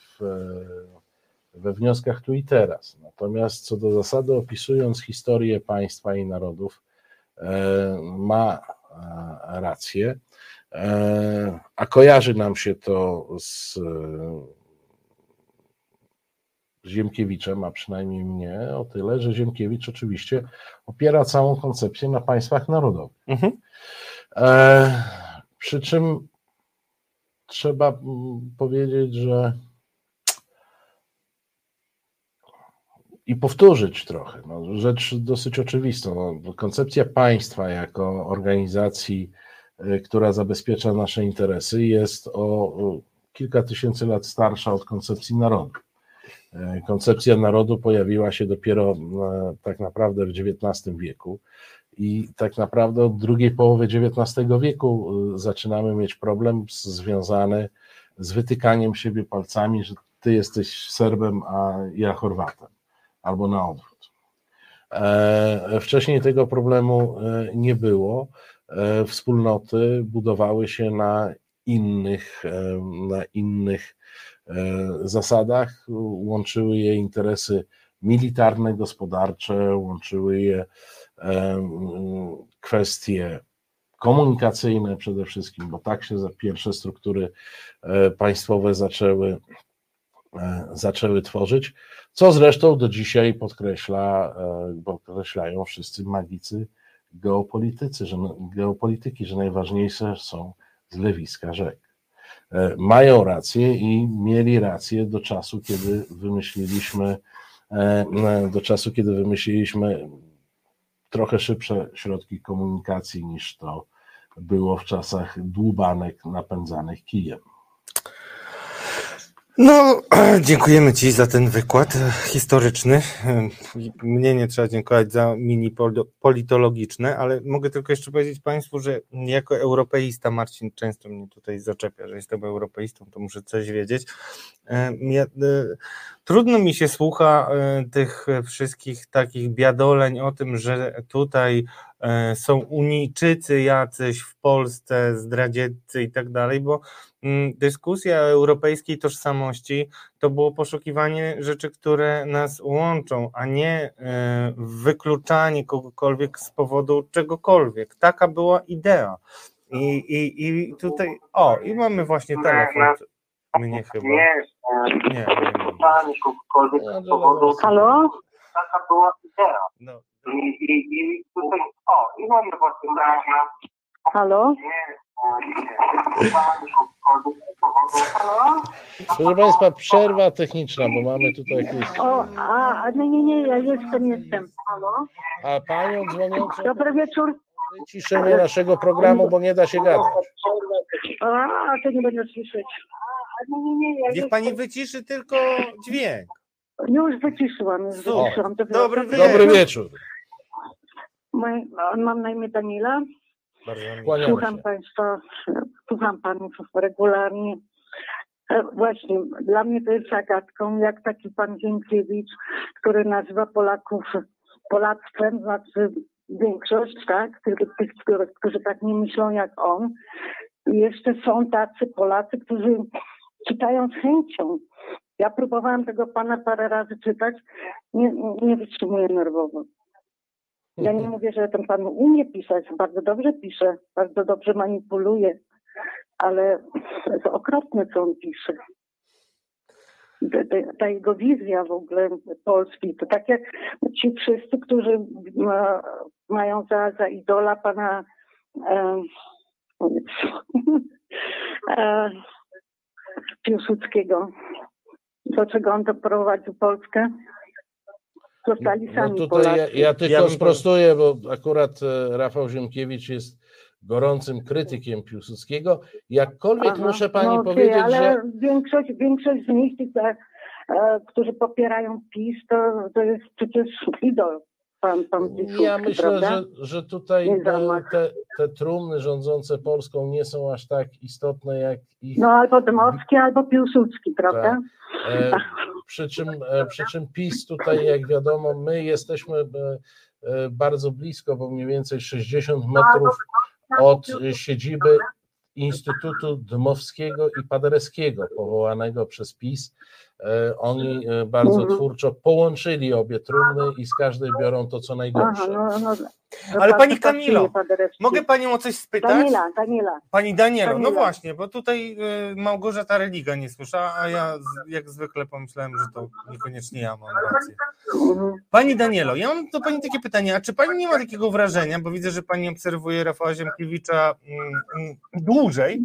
we wnioskach tu i teraz. Natomiast co do zasady, opisując historię państwa i narodów, ma rację, a kojarzy nam się to z Ziemkiewiczem, a przynajmniej mnie o tyle, że Ziemkiewicz oczywiście opiera całą koncepcję na państwach narodowych. Przy czym trzeba powiedzieć, że i powtórzyć trochę, rzecz dosyć oczywistą. Koncepcja państwa jako organizacji, która zabezpiecza nasze interesy, jest o kilka tysięcy lat starsza od koncepcji narodu. Koncepcja narodu pojawiła się dopiero tak naprawdę w XIX wieku i tak naprawdę od drugiej połowy XIX wieku zaczynamy mieć problem związany z wytykaniem siebie palcami, że ty jesteś Serbem, a ja Chorwatem, albo na odwrót. Wcześniej tego problemu nie było. Wspólnoty budowały się na innych zasadach, łączyły je interesy militarne, gospodarcze, łączyły je kwestie komunikacyjne przede wszystkim, bo tak się pierwsze struktury państwowe zaczęły tworzyć, co zresztą do dzisiaj podkreślają wszyscy magicy geopolityki, że najważniejsze są zlewiska rzek. Mają rację i mieli rację do czasu, kiedy wymyśliliśmy trochę szybsze środki komunikacji niż to było w czasach dłubanek napędzanych kijem. No, dziękujemy Ci za ten wykład historyczny. Mnie nie trzeba dziękować za mini politologiczne, ale mogę tylko jeszcze powiedzieć Państwu, że jako europeista, Marcin często mnie tutaj zaczepia, że jestem europeistą, to muszę coś wiedzieć. Trudno mi się słucha tych wszystkich takich biadoleń o tym, że tutaj są Unijczycy jacyś w Polsce, zdradzieccy i tak dalej, bo dyskusja o europejskiej tożsamości to było poszukiwanie rzeczy, które nas łączą, a nie wykluczanie kogokolwiek z powodu czegokolwiek. Taka była idea. I tutaj, i mamy właśnie telefon. Mnie chyba. Nie. Halo? Taka była idea. No. I tutaj, i mamy właśnie telefon. Halo? Proszę Państwa, przerwa techniczna, bo mamy tutaj jakieś... Nie, ja jestem. Halo? A Panią dzwoniącą... Dobry wieczór. Wyciszenie naszego programu, bo nie da się gadać. To nie będę słyszeć. Niech Pani wyciszy tylko dźwięk. Już wyciszyłam. Dobry wieczór. Mam na imię Daniela. Kłaniamy Słucham się. Państwa, słucham Panów regularnie. Właśnie, dla mnie to jest zagadką, jak taki pan Zienkiewicz, który nazywa Polaków Polactwem, znaczy większość, tak, tych, którzy tak nie myślą jak on. I jeszcze są tacy Polacy, którzy czytają z chęcią. Ja próbowałam tego pana parę razy czytać, nie wytrzymuję nerwowo. Ja nie mówię, że ten pan umie pisać, bardzo dobrze pisze, bardzo dobrze manipuluje, ale to okropne, co on pisze. Ta jego wizja w ogóle Polski, to tak jak ci wszyscy, którzy mają za idola pana Piłsudskiego. Do czego on doprowadził Polskę? Zostali sami tutaj Polacy. ja tylko sprostuję, bo akurat Rafał Ziemkiewicz jest gorącym krytykiem Piłsudskiego. Jakkolwiek muszę Pani powiedzieć, ale że... większość z nich, którzy popierają PiS, to jest przecież idol. Pan Piłsudski, Ja myślę, prawda? że tutaj te trumny rządzące Polską nie są aż tak istotne jak ich... No albo Dmowski, albo Piłsudski, prawda? Tak. Przy czym PiS tutaj, jak wiadomo, my jesteśmy bardzo blisko, bo mniej więcej 60 metrów od siedziby Instytutu Dmowskiego i Paderewskiego, powołanego przez PiS. Oni bardzo twórczo połączyli obie trumny i z każdej biorą to, co najgorsze. Ale Pani Kamilo, mogę Panią o coś spytać? Daniela. Pani Danielo, no właśnie, bo tutaj Małgorzata Religa nie słyszała, a ja jak zwykle pomyślałem, że to niekoniecznie ja mam rację. Pani Danielo, ja mam do Pani takie pytanie, a czy Pani nie ma takiego wrażenia, bo widzę, że Pani obserwuje Rafała Ziemkiewicza dłużej,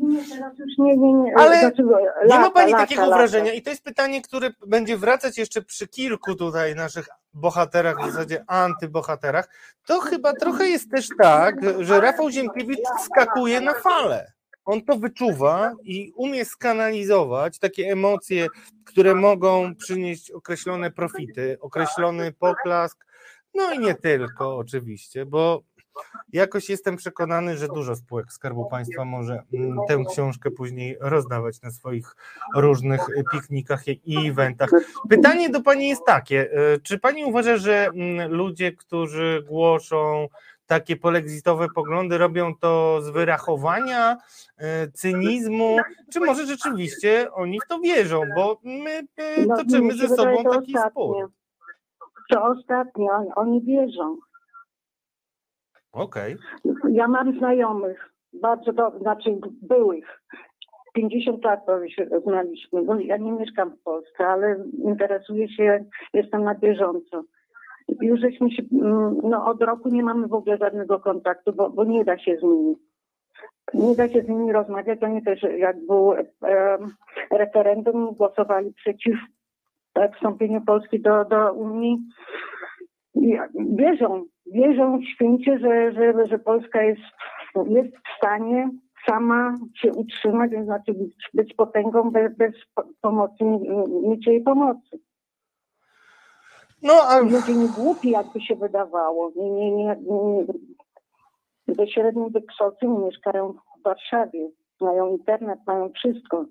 Nie. ale nie ma Pani takiego wrażenia i to jest pytanie, które będzie wracać jeszcze przy kilku tutaj naszych bohaterach, w zasadzie antybohaterach, to chyba trochę jest też tak, że Rafał Ziemkiewicz skakuje na falę. On to wyczuwa i umie skanalizować takie emocje, które mogą przynieść określone profity, określony poklask, no i nie tylko oczywiście, bo jakoś jestem przekonany, że dużo spółek Skarbu Państwa może tę książkę później rozdawać na swoich różnych piknikach i eventach. Pytanie do Pani jest takie, czy Pani uważa, że ludzie, którzy głoszą takie polexitowe poglądy, robią to z wyrachowania, cynizmu, czy może rzeczywiście oni w to wierzą, bo my toczymy ze sobą taki spór. To ostatnio, oni wierzą. Okej. Ja mam znajomych, znaczy byłych. 50 lat się znaliśmy. No, ja nie mieszkam w Polsce, ale interesuję się, jestem na bieżąco. Już żeśmy się, od roku nie mamy w ogóle żadnego kontaktu, bo nie da się z nimi. Nie da się z nimi rozmawiać. Oni też, jak było referendum, głosowali przeciw wstąpieniu Polski do Unii. I wierzą święcie, że Polska jest w stanie sama się utrzymać, to znaczy być potęgą bez pomocy, mieć jej pomocy. No, a Ludzie nie głupi, jakby się wydawało. Ze średnim wykształceniem mieszkają w Warszawie. Mają internet, mają wszystko.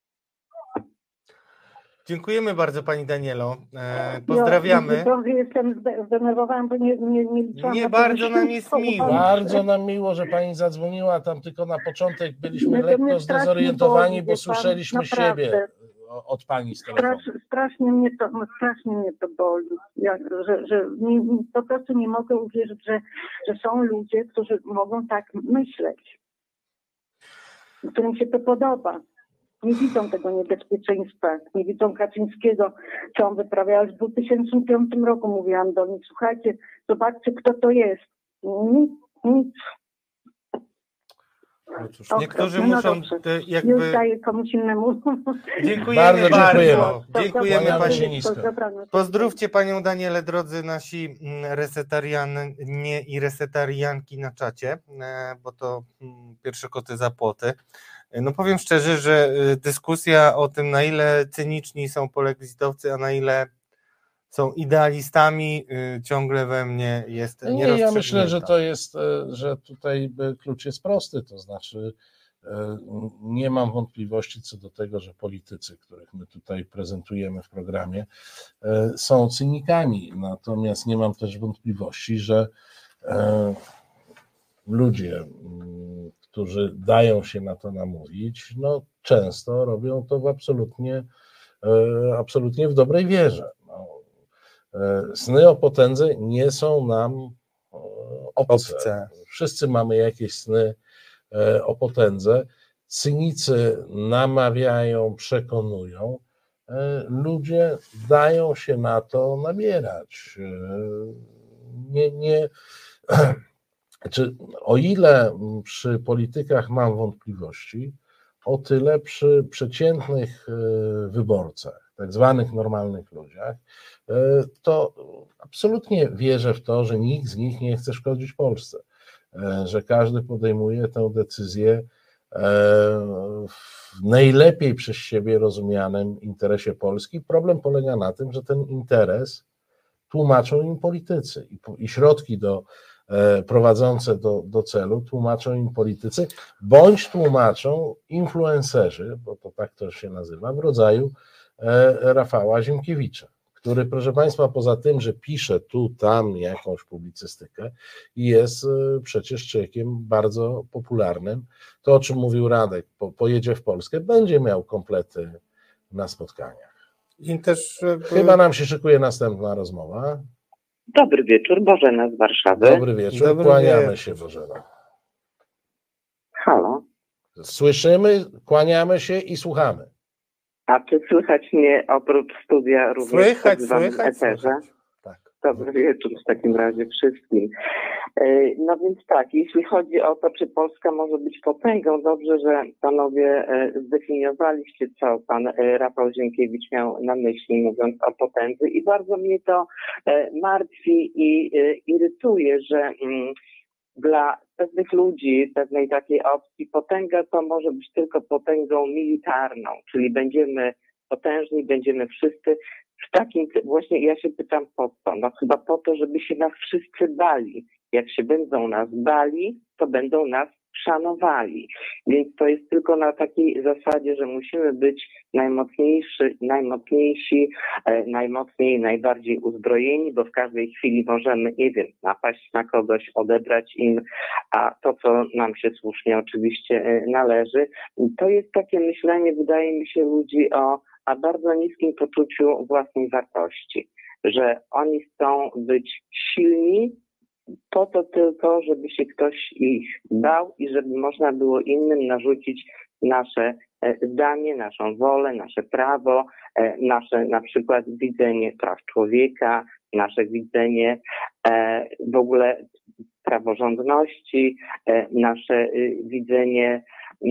dziękujemy bardzo pani Danielo. Pozdrawiamy. Ja trochę jestem zdenerwowana, bo nie liczyłam Nie na to, bardzo że nam się jest połączę. miło. Bardzo nam miło, że pani zadzwoniła, tam tylko na początek byliśmy No to lekko mnie strasznie zdezorientowani, boli, bo wie pan, słyszeliśmy naprawdę. siebie od pani z telefonu. Strasznie mnie to boli. Że po prostu nie mogę uwierzyć, że są ludzie, którzy mogą tak myśleć, którym się to podoba. Nie widzą tego niebezpieczeństwa, nie widzą Kaczyńskiego, co on wyprawiał. Już w 2005 roku mówiłam do nich, słuchajcie, zobaczcie, kto to jest. Nic. No cóż, niektórzy No muszą dobrze. Już jakby... daję komuś innemu. Dziękujemy Bardzo dziękujemy. Dziękujemy Kłaniamy pani. się nisko. Pozdrówcie panią Danielę, drodzy nasi resetarianie i resetarianki na czacie, bo to pierwsze koty za płoty. No powiem szczerze, że dyskusja o tym, na ile cyniczni są polexitowcy, a na ile są idealistami, ciągle we mnie jest Nie, ja myślę, nierozstrzygnięta. że to jest, że tutaj klucz jest prosty, to znaczy nie mam wątpliwości co do tego, że politycy, których my tutaj prezentujemy w programie, są cynikami, natomiast nie mam też wątpliwości, że ludzie, którzy dają się na to namówić, no często robią to absolutnie w dobrej wierze. Sny o potędze nie są nam obce. Wszyscy mamy jakieś sny o potędze. Cynicy namawiają, przekonują. Ludzie dają się na to nabierać. O ile przy politykach mam wątpliwości, o tyle przy przeciętnych wyborcach, tak zwanych normalnych ludziach, to absolutnie wierzę w to, że nikt z nich nie chce szkodzić Polsce, że każdy podejmuje tę decyzję w najlepiej przez siebie rozumianym interesie Polski. Problem polega na tym, że ten interes tłumaczą im politycy i środki prowadzące do celu tłumaczą im politycy, bądź tłumaczą influencerzy, bo to tak to się nazywa, w rodzaju Rafała Ziemkiewicza, który, proszę Państwa, poza tym, że pisze tu, tam jakąś publicystykę i jest przecież człowiekiem bardzo popularnym, to o czym mówił Radek, pojedzie w Polskę, będzie miał komplety na spotkaniach. I też... Chyba nam się szykuje następna rozmowa. Dobry wieczór, Bożena z Warszawy. Dobry wieczór, Dobry kłaniamy wieczór. się, Bożena. Halo. Słyszymy, kłaniamy się i słuchamy. A czy słychać mnie oprócz studia również w tak zwanym eterze? Tak. Dobry wieczór w takim razie wszystkim. No więc tak, jeśli chodzi o to, czy Polska może być potęgą, dobrze, że panowie zdefiniowaliście, co pan Rafał Ziemkiewicz miał na myśli, mówiąc o potędze, i bardzo mnie to martwi i irytuje, że dla pewnych ludzi, pewnej takiej opcji, potęga to może być tylko potęgą militarną, czyli będziemy potężni, będziemy wszyscy w takim, właśnie ja się pytam po co? No chyba po to, żeby się nas wszyscy bali. Jak się będą nas bali, to będą nas szanowali. Więc to jest tylko na takiej zasadzie, że musimy być najmocniejsi, najmocniej, najbardziej uzbrojeni, bo w każdej chwili możemy, nie wiem, napaść na kogoś, odebrać im, a to, co nam się słusznie oczywiście należy. To jest takie myślenie, wydaje mi się, ludzi o bardzo niskim poczuciu własnej wartości, że oni chcą być silni po to tylko, żeby się ktoś ich bał i żeby można było innym narzucić nasze zdanie, naszą wolę, nasze prawo, nasze na przykład widzenie praw człowieka, nasze widzenie w ogóle praworządności, nasze widzenie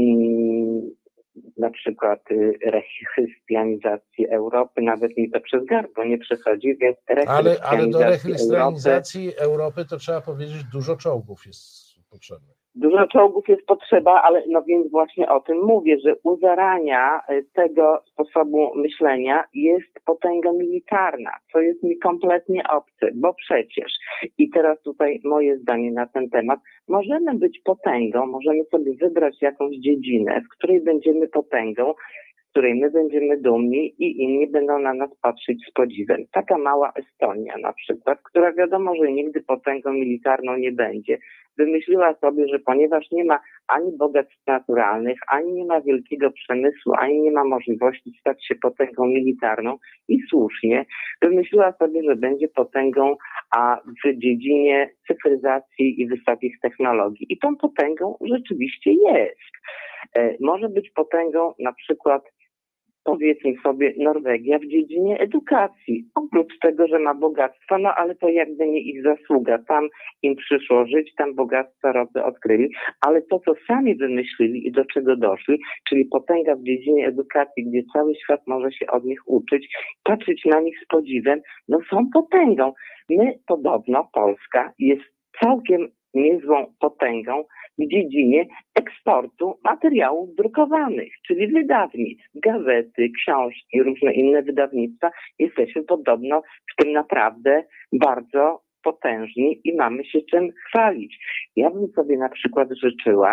na przykład rechrystianizacji Europy, nawet mi to przez gardło nie przechodzi, więc Ale do rechrystianizacji Europy to trzeba powiedzieć, dużo czołgów jest potrzebnych. Dużo czołgów jest potrzeba, ale no więc właśnie o tym mówię, że u zarania tego sposobu myślenia jest potęga militarna, co jest mi kompletnie obce, bo przecież, i teraz tutaj moje zdanie na ten temat, możemy być potęgą, możemy sobie wybrać jakąś dziedzinę, w której będziemy potęgą, z której my będziemy dumni i inni będą na nas patrzeć z podziwem. Taka mała Estonia na przykład, która wiadomo, że nigdy potęgą militarną nie będzie, wymyśliła sobie, że ponieważ nie ma ani bogactw naturalnych, ani nie ma wielkiego przemysłu, ani nie ma możliwości stać się potęgą militarną i słusznie wymyśliła sobie, że będzie potęgą w dziedzinie cyfryzacji i wysokich technologii. I tą potęgą rzeczywiście jest. Może być potęgą na przykład, powiedzmy sobie, Norwegia w dziedzinie edukacji. Oprócz tego, że ma bogactwa, no ale to jakby nie ich zasługa. Tam im przyszło żyć, tam bogactwa rodzę odkryli, ale to, co sami wymyślili i do czego doszli, czyli potęga w dziedzinie edukacji, gdzie cały świat może się od nich uczyć, patrzeć na nich z podziwem, no są potęgą. My podobno, Polska jest całkiem niezłą potęgą w dziedzinie eksportu materiałów drukowanych, czyli wydawnictw, gazety, książki, różne inne wydawnictwa. Jesteśmy podobno w tym naprawdę bardzo potężni i mamy się czym chwalić. Ja bym sobie na przykład życzyła,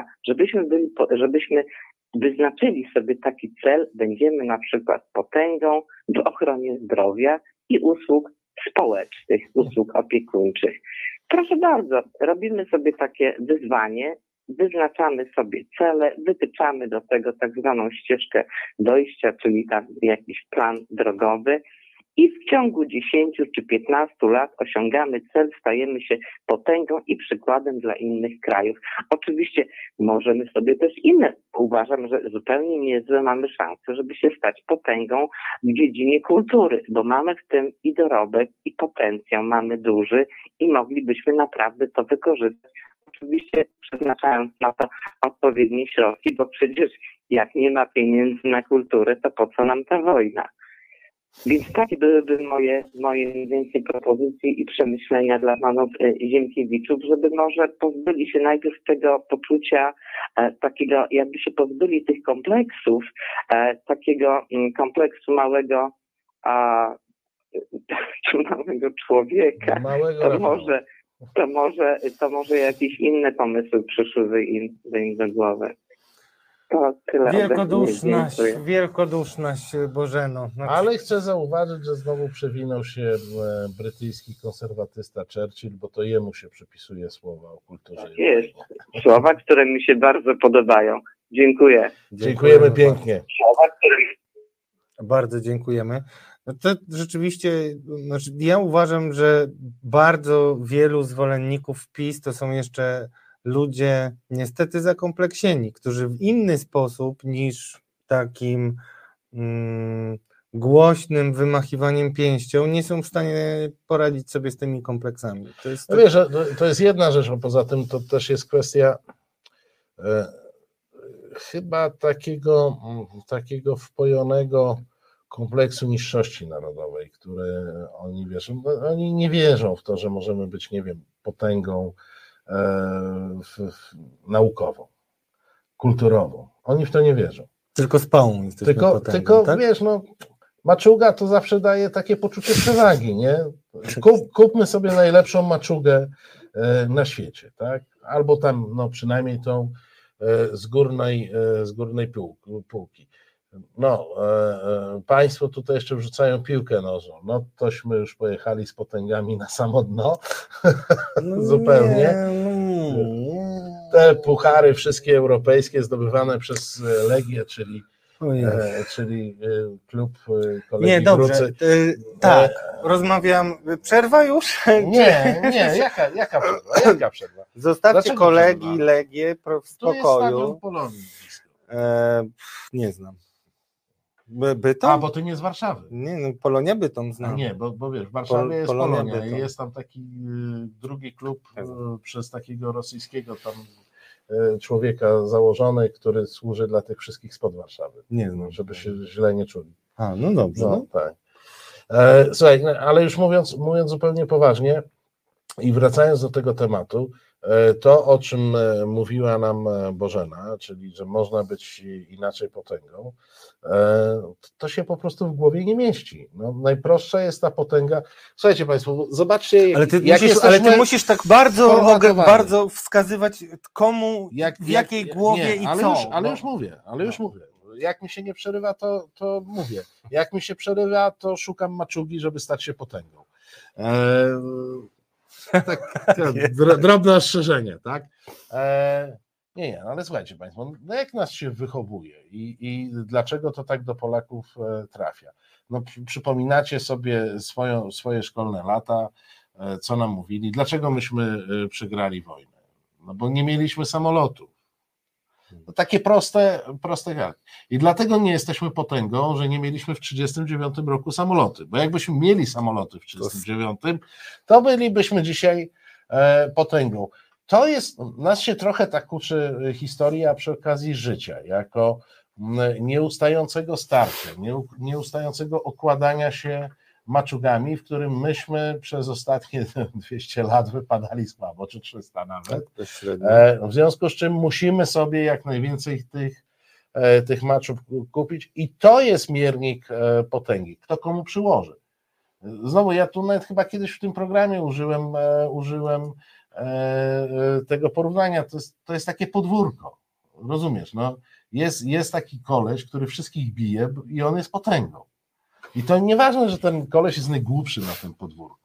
żebyśmy wyznaczyli sobie taki cel, będziemy na przykład potęgą w ochronie zdrowia i usług społecznych, usług opiekuńczych. Proszę bardzo, robimy sobie takie wyzwanie, wyznaczamy sobie cele, wytyczamy do tego tak zwaną ścieżkę dojścia, czyli tam jakiś plan drogowy i w ciągu 10 czy 15 lat osiągamy cel, stajemy się potęgą i przykładem dla innych krajów. Oczywiście możemy sobie też uważam, że zupełnie niezłe mamy szanse, żeby się stać potęgą w dziedzinie kultury, bo mamy w tym i dorobek, i potencjał mamy duży i moglibyśmy naprawdę to wykorzystać. Oczywiście przeznaczając na to odpowiednie środki, bo przecież jak nie ma pieniędzy na kulturę, to po co nam ta wojna? Więc takie byłyby moje mniej więcej propozycje i przemyślenia dla panów Ziemkiewiczów, żeby może pozbyli się najpierw tego poczucia takiego, jakby się pozbyli tych kompleksów, takiego kompleksu małego człowieka. To może jakieś inne pomysły przyszły im do głowy. To tyle. Wielkoduszność, Bożeno. Ale chcę zauważyć, że znowu przewinął się brytyjski konserwatysta Churchill, bo to jemu się przypisuje słowa o kulturze. Tak jest. Słowa, które mi się bardzo podobają. Dziękuję. Dziękujemy pięknie. Bardzo dziękujemy. No to rzeczywiście, ja uważam, że bardzo wielu zwolenników PiS to są jeszcze ludzie niestety zakompleksieni, którzy w inny sposób niż takim głośnym wymachiwaniem pięścią nie są w stanie poradzić sobie z tymi kompleksami. No wiesz, to jest jedna rzecz, a poza tym to też jest kwestia chyba takiego wpojonego kompleksu niższości narodowej, które oni wierzą. Oni nie wierzą w to, że możemy być, nie wiem, potęgą naukową, kulturową. Oni w to nie wierzą. Tylko z pałą jesteśmy potęgą, tylko tak? Wiesz, maczuga to zawsze daje takie poczucie przewagi, nie? Kupmy sobie najlepszą maczugę na świecie, tak? Albo tam, przynajmniej tą z górnej półki. Państwo tutaj jeszcze wrzucają piłkę nożną. Tośmy już pojechali z potęgami na samo dno. Zupełnie. Te puchary wszystkie europejskie zdobywane przez Legię, czyli klub kolegi Nie, dobrze. Grucy. Tak, rozmawiam. Przerwa już? Nie, jaka przerwa? Zostawcie Dlaczego kolegi przerwa? Legię w spokoju. Tu jest Polonii. Nie znam. Bytom? A, bo ty nie z Warszawy. Nie, Polonia Bytom znam. Nie, bo wiesz, w Warszawie jest Polonia i jest tam taki drugi klub przez takiego rosyjskiego tam człowieka założony, który służy dla tych wszystkich spod Warszawy. Nie znam. Żeby się źle nie czuli. A, no dobrze. Tak. Słuchaj, ale już mówiąc zupełnie poważnie, I wracając do tego tematu, to, o czym mówiła nam Bożena, czyli że można być inaczej potęgą, to się po prostu w głowie nie mieści. No, najprostsza jest ta potęga. Słuchajcie Państwo, zobaczcie, ale ty musisz tak bardzo wskazywać, komu, w jakiej głowie i co. Ale już mówię. Jak mi się nie przerywa, to mówię. Jak mi się przerywa, to szukam maczugi, żeby stać się potęgą. Drobne ostrzeżenie, tak? Nie, ale słuchajcie Państwo, no jak nas się wychowuje i dlaczego to tak do Polaków trafia? No, przypominacie sobie swoje szkolne lata, co nam mówili, dlaczego myśmy przegrali wojnę? No bo nie mieliśmy samolotów. No, takie proste jak. I dlatego nie jesteśmy potęgą, że nie mieliśmy w 1939 roku samoloty, bo jakbyśmy mieli samoloty w 1939, to bylibyśmy dzisiaj potęgą. To jest, nas się trochę tak uczy historia przy okazji życia, jako nieustającego starcia, nieustającego okładania się maczugami, w którym myśmy przez ostatnie 200 lat wypadali słabo, czy 300 nawet. W związku z czym musimy sobie jak najwięcej tych maczów kupić i to jest miernik potęgi. Kto komu przyłoży. Znowu, ja tu nawet chyba kiedyś w tym programie użyłem tego porównania. To jest takie podwórko. Rozumiesz? No, jest taki koleś, który wszystkich bije i on jest potęgą. I to nieważne, że ten koleś jest najgłupszy na tym podwórku.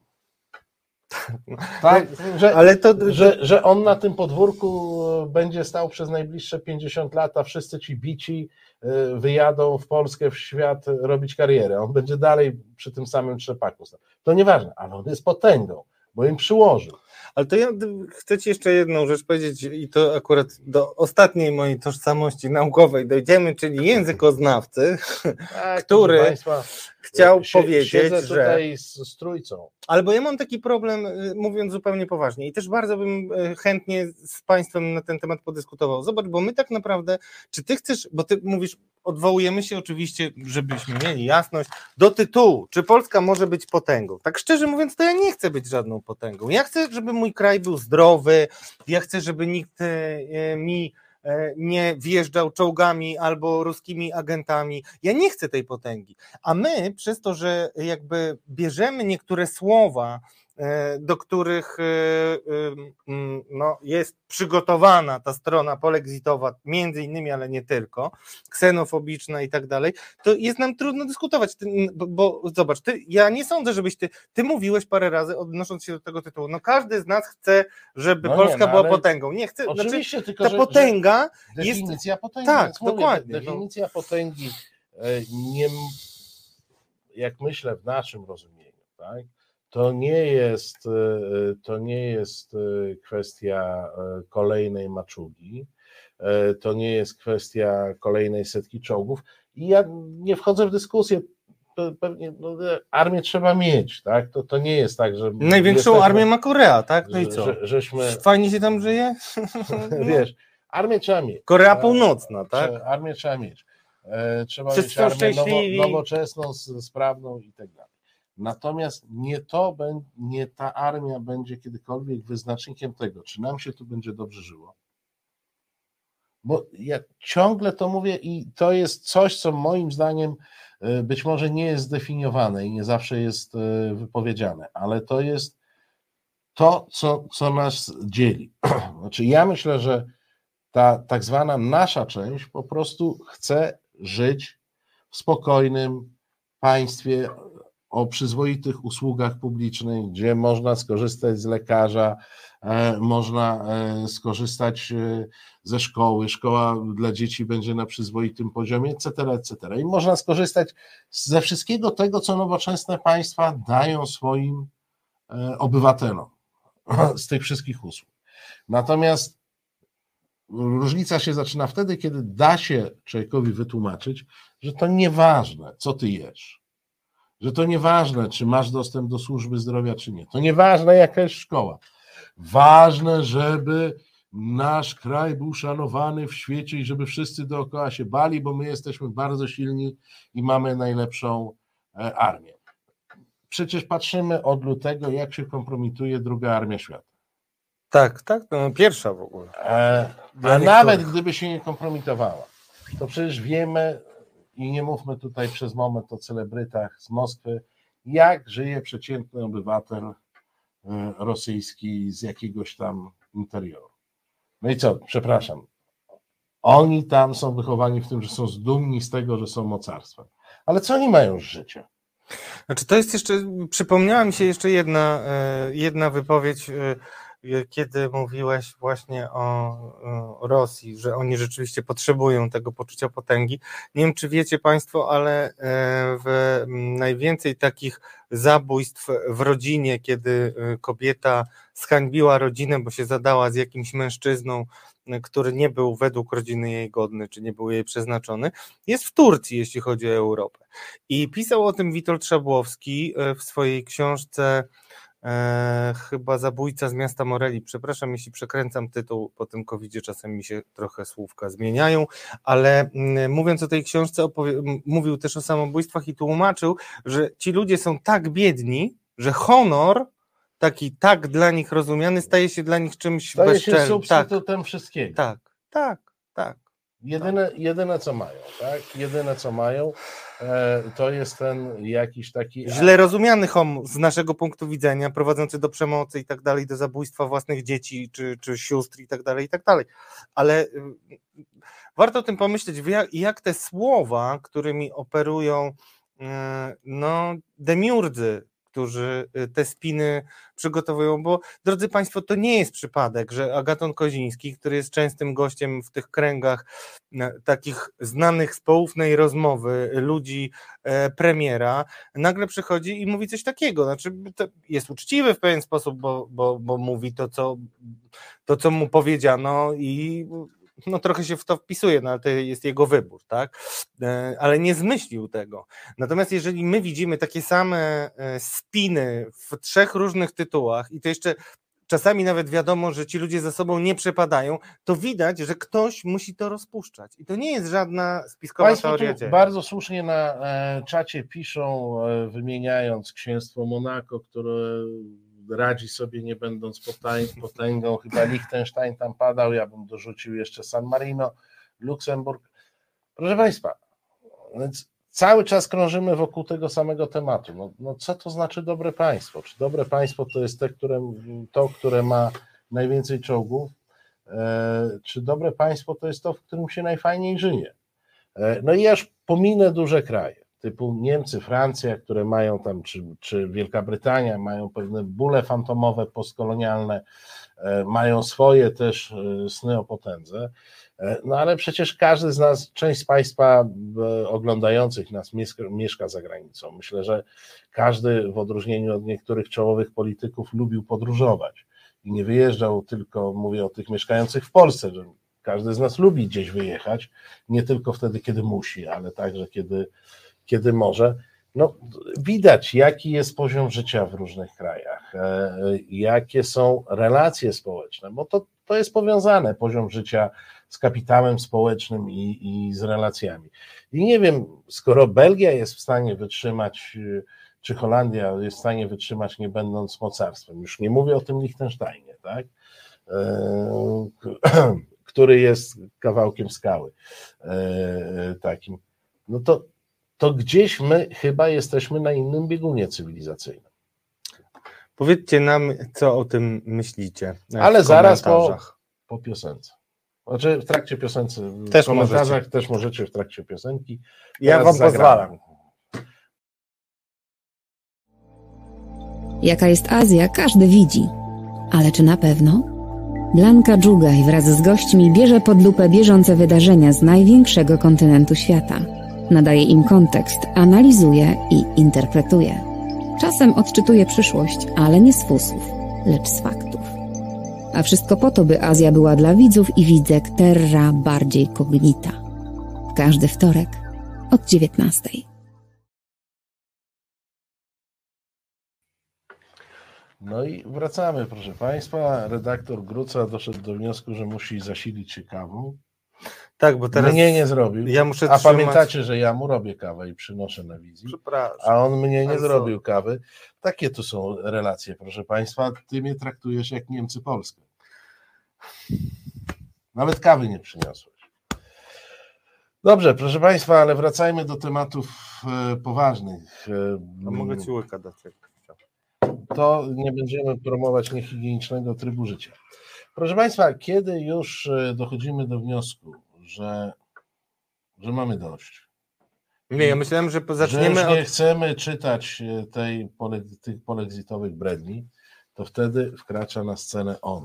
Tak, że on na tym podwórku będzie stał przez najbliższe 50 lat, a wszyscy ci bici wyjadą w Polskę, w świat robić karierę. On będzie dalej przy tym samym trzepaku. To nieważne, ale on jest potęgą, bo im przyłożył. Ale to ja chcę Ci jeszcze jedną rzecz powiedzieć i to akurat do ostatniej mojej tożsamości naukowej dojdziemy, czyli językoznawcy, tak, który Państwa, chciał powiedzieć, siedzę że... tutaj z trójcą. Albo ja mam taki problem, mówiąc zupełnie poważnie i też bardzo bym chętnie z Państwem na ten temat podyskutował. Zobacz, bo my tak naprawdę, czy Ty chcesz, bo Ty mówisz, odwołujemy się oczywiście, żebyśmy mieli jasność, do tytułu, czy Polska może być potęgą. Tak szczerze mówiąc, to ja nie chcę być żadną potęgą. Ja chcę, żeby mój kraj był zdrowy, ja chcę, żeby nikt mi nie wjeżdżał czołgami albo ruskimi agentami. Ja nie chcę tej potęgi. A my przez to, że jakby bierzemy niektóre słowa, do których no, jest przygotowana ta strona polexitowa, między innymi, ale nie tylko, ksenofobiczna i tak dalej, to jest nam trudno dyskutować, bo zobacz, ja nie sądzę, żebyś ty mówiłeś parę razy, odnosząc się do tego tytułu, no każdy z nas chce, żeby Polska była potęgą. Nie chcę, oczywiście, znaczy, tylko, ta potęga jest... Definicja potęgi. Tak, dokładnie. Definicja potęgi, nie, jak myślę w naszym rozumieniu, tak? To nie jest kwestia kolejnej maczugi, to nie jest kwestia kolejnej setki czołgów i ja nie wchodzę w dyskusję, pewnie armię trzeba mieć, tak? To nie jest tak, że... Największą armię ma Korea, tak? No i co? Fajnie się tam żyje? Wiesz, armię trzeba mieć. Korea Północna, tak? Armię trzeba mieć. Trzeba mieć armię nowoczesną, sprawną i tak dalej. Natomiast nie ta armia będzie kiedykolwiek wyznacznikiem tego, czy nam się tu będzie dobrze żyło. Bo ja ciągle to mówię i to jest coś, co moim zdaniem być może nie jest zdefiniowane i nie zawsze jest wypowiedziane, ale to jest to, co nas dzieli. Znaczy ja myślę, że ta tak zwana nasza część po prostu chce żyć w spokojnym państwie, o przyzwoitych usługach publicznych, gdzie można skorzystać z lekarza, można skorzystać ze szkoły, szkoła dla dzieci będzie na przyzwoitym poziomie, etc. I można skorzystać ze wszystkiego tego, co nowoczesne państwa dają swoim obywatelom, z tych wszystkich usług. Natomiast różnica się zaczyna wtedy, kiedy da się człowiekowi wytłumaczyć, że to nieważne, co ty jesz. Że to nieważne, czy masz dostęp do służby zdrowia, czy nie. To nieważne, jaka jest szkoła. Ważne, żeby nasz kraj był szanowany w świecie i żeby wszyscy dookoła się bali, bo my jesteśmy bardzo silni i mamy najlepszą armię. przecież patrzymy od lutego, jak się kompromituje druga armia świata. Tak, no, pierwsza w ogóle. A nawet gdyby się nie kompromitowała, to przecież wiemy i nie mówmy tutaj przez moment o celebrytach z Moskwy, jak żyje przeciętny obywatel rosyjski z jakiegoś tam interioru. No i co, przepraszam, oni tam są wychowani w tym, że są zdumni z tego, że są mocarstwem. Ale co oni mają z życia? Znaczy to jest jeszcze, przypomniała mi się jeszcze jedna wypowiedź, kiedy mówiłeś właśnie o Rosji, że oni rzeczywiście potrzebują tego poczucia potęgi. Nie wiem, czy wiecie Państwo, ale w najwięcej takich zabójstw w rodzinie, kiedy kobieta zhańbiła rodzinę, bo się zadała z jakimś mężczyzną, który nie był według rodziny jej godny, czy nie był jej przeznaczony, jest w Turcji, jeśli chodzi o Europę. I pisał o tym Witold Szabłowski w swojej książce chyba Zabójca z miasta Moreli. Przepraszam, jeśli przekręcam tytuł, po tym COVID-zie czasem mi się trochę słówka zmieniają, ale mówiąc o tej książce mówił też o samobójstwach i tłumaczył, że ci ludzie są tak biedni, że honor taki tak dla nich rozumiany staje się dla nich czymś bezczelnym. Staje się substytutem wszystkiego. Tak. Jedyne co mają, tak? Jedyne co mają, to jest ten jakiś taki... Źle rozumiany z naszego punktu widzenia, prowadzący do przemocy i tak dalej, do zabójstwa własnych dzieci czy sióstr i tak dalej, ale warto o tym pomyśleć, jak te słowa, którymi operują demiurdzy, którzy te spiny przygotowują, bo drodzy Państwo, to nie jest przypadek, że Agaton Koziński, który jest częstym gościem w tych kręgach takich znanych z poufnej rozmowy ludzi premiera, nagle przychodzi i mówi coś takiego, znaczy jest uczciwy w pewien sposób, bo mówi to, co mu powiedziano i trochę się w to wpisuje, ale to jest jego wybór, tak? Ale nie zmyślił tego. Natomiast jeżeli my widzimy takie same spiny w 3 różnych tytułach i to jeszcze czasami nawet wiadomo, że ci ludzie ze sobą nie przepadają, to widać, że ktoś musi to rozpuszczać. I to nie jest żadna spiskowa Państwo teoria tu dzieła. bardzo słusznie na czacie piszą, wymieniając księstwo Monako, które radzi sobie nie będąc potęgą, chyba Liechtenstein tam padał, ja bym dorzucił jeszcze San Marino, Luksemburg. Proszę Państwa, więc cały czas krążymy wokół tego samego tematu. No co to znaczy dobre państwo? Czy dobre państwo to jest które ma najwięcej czołgów? Czy dobre państwo to jest to, w którym się najfajniej żyje? No i aż pominę duże kraje, typu Niemcy, Francja, które mają tam, czy Wielka Brytania, mają pewne bóle fantomowe postkolonialne, mają swoje też sny o potędze, no ale przecież każdy z nas, część z Państwa oglądających nas mieszka za granicą. Myślę, że każdy w odróżnieniu od niektórych czołowych polityków lubił podróżować i nie wyjeżdżał tylko, mówię o tych mieszkających w Polsce, że każdy z nas lubi gdzieś wyjechać, nie tylko wtedy, kiedy musi, ale także kiedy może. No, widać, jaki jest poziom życia w różnych krajach, jakie są relacje społeczne, bo to jest powiązane, poziom życia z kapitałem społecznym i z relacjami. I nie wiem, skoro Belgia jest w stanie wytrzymać, czy Holandia jest w stanie wytrzymać, nie będąc mocarstwem, już nie mówię o tym Liechtensteinie, tak? Który jest kawałkiem skały takim, no to gdzieś my chyba jesteśmy na innym biegunie cywilizacyjnym. Powiedzcie nam, co o tym myślicie. Ale zaraz po piosence. Znaczy w trakcie piosenki, w komentarzach też możecie w trakcie piosenki. Ja wam pozwalam. Jaka jest Azja, każdy widzi. Ale czy na pewno? Blanka Dżugaj wraz z gośćmi bierze pod lupę bieżące wydarzenia z największego kontynentu świata. Nadaje im kontekst, analizuje i interpretuje. Czasem odczytuje przyszłość, ale nie z fusów, lecz z faktów. A wszystko po to, by Azja była dla widzów i widzek terra bardziej cognita. Każdy wtorek od 19. No i wracamy, proszę Państwa. Redaktor Gruca doszedł do wniosku, że musi zasilić się kawą. Tak, bo teraz Mnie nie zrobił. ja muszę A trzymać... pamiętacie, że ja mu robię kawę i przynoszę na wizji, Przepraszam. a on mnie nie I'm zrobił kawy. Takie tu są relacje, proszę Państwa. Ty mnie traktujesz jak Niemcy Polskę. Nawet kawy nie przyniosłeś. Dobrze, proszę Państwa, ale wracajmy do tematów poważnych. A mogę ci łyka dać. To nie będziemy promować niehigienicznego trybu życia. Proszę Państwa, kiedy już dochodzimy do wniosku, że mamy dość, Nie, ja myślałem, że że zaczniemy już nie od... chcemy czytać tych polexitowych bredni, to wtedy wkracza na scenę on.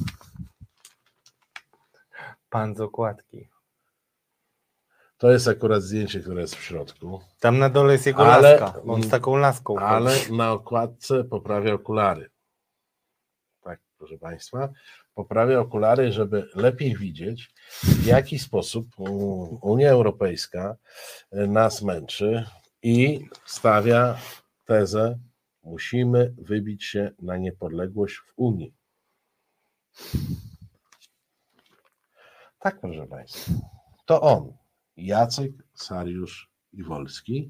Pan z okładki. To jest akurat zdjęcie, które jest w środku. Tam na dole jest jego Ale- laska. On z taką laską. Ale na okładce poprawia okulary. Tak, proszę Państwa. Poprawia okulary, żeby lepiej widzieć, w jaki sposób Unia Europejska nas męczy i stawia tezę: musimy wybić się na niepodległość w Unii. Tak, proszę Państwa. To on, Jacek Sariusz-Wolski.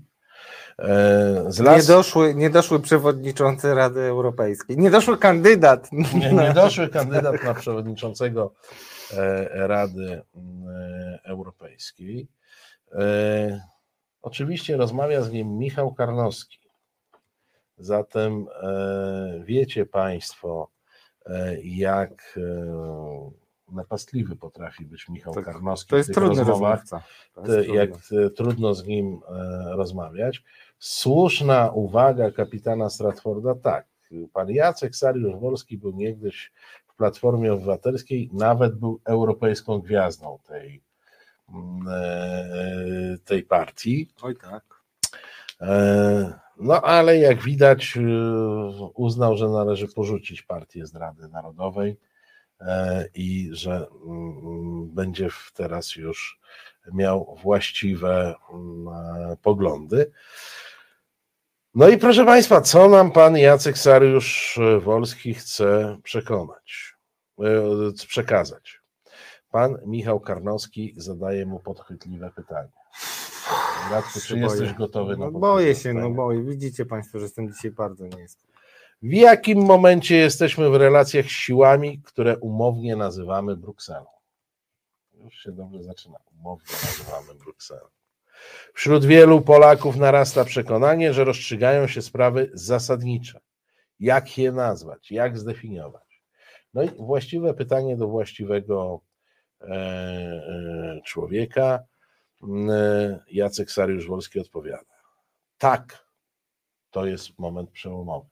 Niedoszły przewodniczący Rady Europejskiej. Niedoszły kandydat. Niedoszły kandydat na przewodniczącego Rady Europejskiej. Oczywiście rozmawia z nim Michał Karnowski. Zatem wiecie Państwo, jak napastliwy potrafi być Michał Karnowski To jest w tych trudny rozmowach, rozmówca. jak trudno z nim rozmawiać. Słuszna uwaga kapitana Stratforda, tak, pan Jacek Sariusz-Wolski był niegdyś w Platformie Obywatelskiej, nawet był europejską gwiazdą tej partii. Oj tak. No ale jak widać uznał, że należy porzucić partię z Rady Narodowej i że będzie teraz już miał właściwe poglądy. No i proszę Państwa, co nam pan Jacek Sariusz-Wolski chce przekazać? Pan Michał Karnowski zadaje mu podchwytliwe pytanie. Radku, czy jesteś gotowy na Boję się, boję. Widzicie Państwo, że jestem dzisiaj bardzo nisko. W jakim momencie jesteśmy w relacjach z siłami, które umownie nazywamy Brukselą? Już się dobrze zaczyna. Umownie nazywamy Brukselą. Wśród wielu Polaków narasta przekonanie, że rozstrzygają się sprawy zasadnicze. Jak je nazwać? Jak zdefiniować? No i właściwe pytanie do właściwego człowieka. Jacek Sariusz-Wolski odpowiada: tak, to jest moment przełomowy.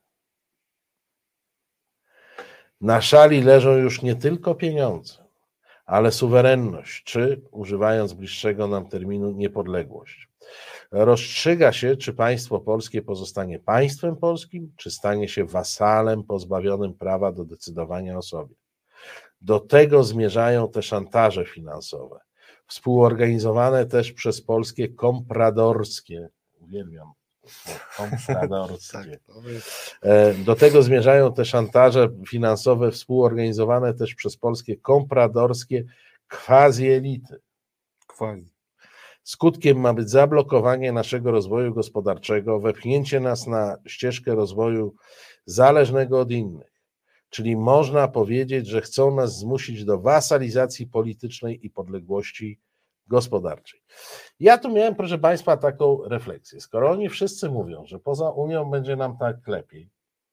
Na szali leżą już nie tylko pieniądze, ale suwerenność, czy, używając bliższego nam terminu, niepodległość. Rozstrzyga się, czy państwo polskie pozostanie państwem polskim, czy stanie się wasalem pozbawionym prawa do decydowania o sobie. Do tego zmierzają te szantaże finansowe, współorganizowane też przez polskie kompradorskie, uwielbiam, kompradorskie. Do tego zmierzają te szantaże finansowe współorganizowane też przez polskie kompradorskie quasi-elity. Skutkiem ma być zablokowanie naszego rozwoju gospodarczego, wepchnięcie nas na ścieżkę rozwoju zależnego od innych. Czyli można powiedzieć, że chcą nas zmusić do wasalizacji politycznej i podległości gospodarczej. Ja tu miałem, proszę Państwa, taką refleksję. Skoro oni wszyscy mówią, że poza Unią będzie nam tak lepiej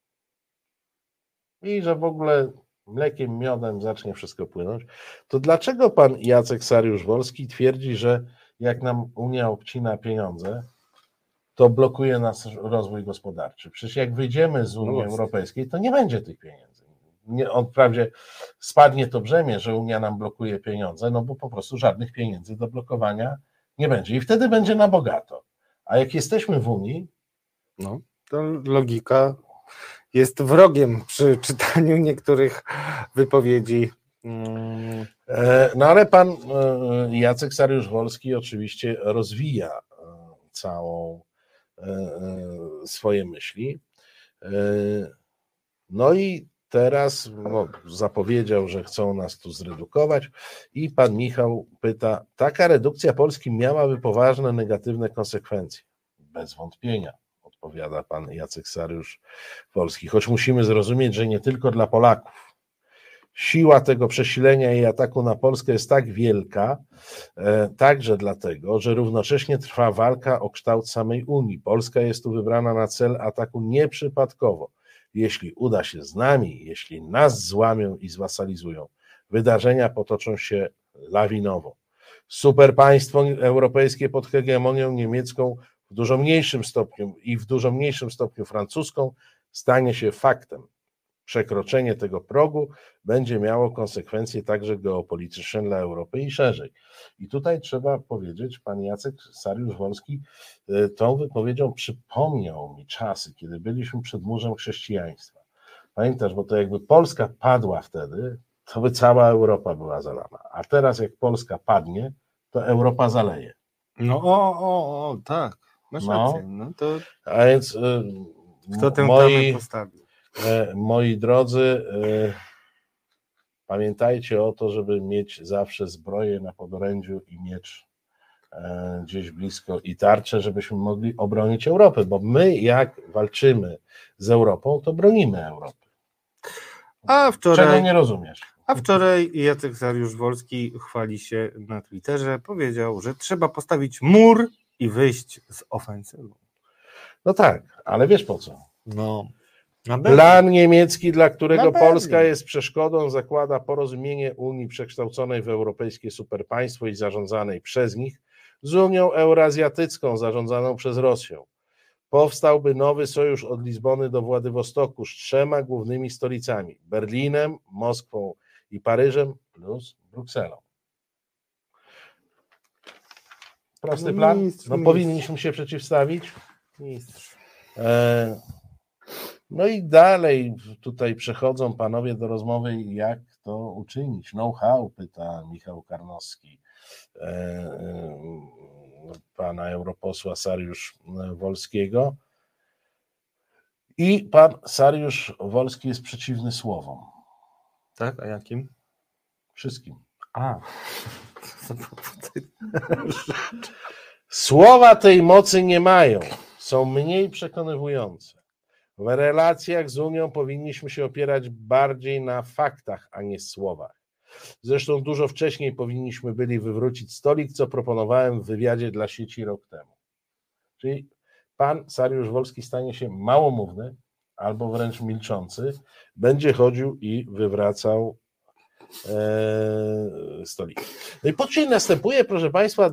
i że w ogóle mlekiem, miodem zacznie wszystko płynąć, to dlaczego pan Jacek Sariusz-Wolski twierdzi, że jak nam Unia obcina pieniądze, to blokuje nas rozwój gospodarczy? Przecież jak wyjdziemy z Unii Europejskiej, to nie będzie tych pieniędzy. Wprawdzie spadnie to brzemię, że Unia nam blokuje pieniądze, no bo po prostu żadnych pieniędzy do blokowania nie będzie. I wtedy będzie na bogato. A jak jesteśmy w Unii... No, to logika jest wrogiem przy czytaniu niektórych wypowiedzi. No ale pan Jacek Sariusz-Wolski oczywiście rozwija całą swoje myśli. No i teraz zapowiedział, że chcą nas tu zredukować i pan Michał pyta, taka redukcja Polski miałaby poważne negatywne konsekwencje? Bez wątpienia, odpowiada pan Jacek Sariusz-Wolski, choć musimy zrozumieć, że nie tylko dla Polaków. Siła tego przesilenia i ataku na Polskę jest tak wielka, także dlatego, że równocześnie trwa walka o kształt samej Unii. Polska jest tu wybrana na cel ataku nieprzypadkowo. Jeśli uda się z nami, jeśli nas złamią i zwasalizują, wydarzenia potoczą się lawinowo. Superpaństwo europejskie pod hegemonią niemiecką w dużo mniejszym stopniu i w dużo mniejszym stopniu francuską stanie się faktem. Przekroczenie tego progu będzie miało konsekwencje także geopolityczne dla Europy i szerzej. I tutaj trzeba powiedzieć, pan Jacek Sariusz-Wolski tą wypowiedzią przypomniał mi czasy, kiedy byliśmy przed murzem chrześcijaństwa. Pamiętasz, bo to jakby Polska padła wtedy, to by cała Europa była zalana. A teraz jak Polska padnie, to Europa zaleje. No tak, masz rację. No to a więc kto tę tamę postawił? Moi drodzy, pamiętajcie o to, żeby mieć zawsze zbroję na podorędziu i miecz gdzieś blisko i tarczę, żebyśmy mogli obronić Europę, bo my jak walczymy z Europą, to bronimy Europy. Czego nie rozumiesz? A wczoraj Jacek Sariusz-Wolski chwali się na Twitterze, powiedział, że trzeba postawić mur i wyjść z ofensywą. No tak, ale wiesz po co? No. Plan niemiecki, dla którego Polska jest przeszkodą, zakłada porozumienie Unii przekształconej w europejskie superpaństwo i zarządzanej przez nich z Unią Eurazjatycką zarządzaną przez Rosję. Powstałby nowy sojusz od Lizbony do Władywostoku z 3 głównymi stolicami: Berlinem, Moskwą i Paryżem plus Brukselą. Prosty plan? No powinniśmy się przeciwstawić. No i dalej tutaj przechodzą panowie do rozmowy, jak to uczynić. Know-how, pyta Michał Karnowski pana europosła Sariusz-Wolskiego. I pan Sariusz-Wolski jest przeciwny słowom. Tak, a jakim? Wszystkim. A. Słowa tej mocy nie mają, są mniej przekonywujące. W relacjach z Unią powinniśmy się opierać bardziej na faktach, a nie słowach. Zresztą dużo wcześniej powinniśmy byli wywrócić stolik, co proponowałem w wywiadzie dla sieci rok temu. Czyli pan Sariusz-Wolski stanie się małomówny albo wręcz milczący, będzie chodził i wywracał stolik. No i po czym następuje, proszę państwa,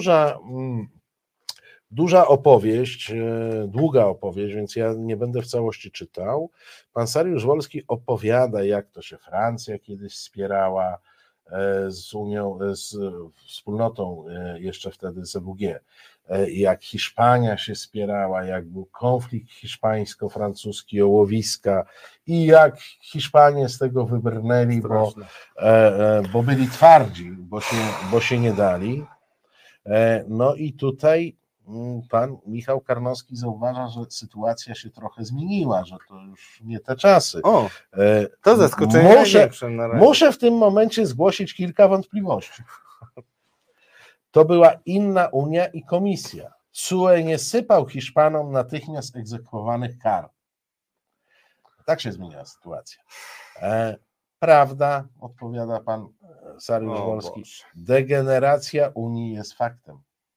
duża opowieść, długa opowieść, więc ja nie będę w całości czytał. Pan Sariusz-Wolski opowiada, jak to się Francja kiedyś wspierała z Unią, z wspólnotą jeszcze wtedy ZWG, jak Hiszpania się wspierała, jak był konflikt hiszpańsko-francuski o łowiska i jak Hiszpanie z tego wybrnęli, bo byli twardzi, bo się nie dali. No i tutaj pan Michał Karnowski zauważa, że sytuacja się trochę zmieniła, że to już nie te czasy. O, to zaskoczenie. Muszę w tym momencie zgłosić kilka wątpliwości. To była inna Unia i Komisja. TSUE nie sypał Hiszpanom natychmiast egzekwowanych kar. Tak się zmieniła sytuacja. Prawda, odpowiada pan Sariusz-Wolski, degeneracja Unii jest faktem.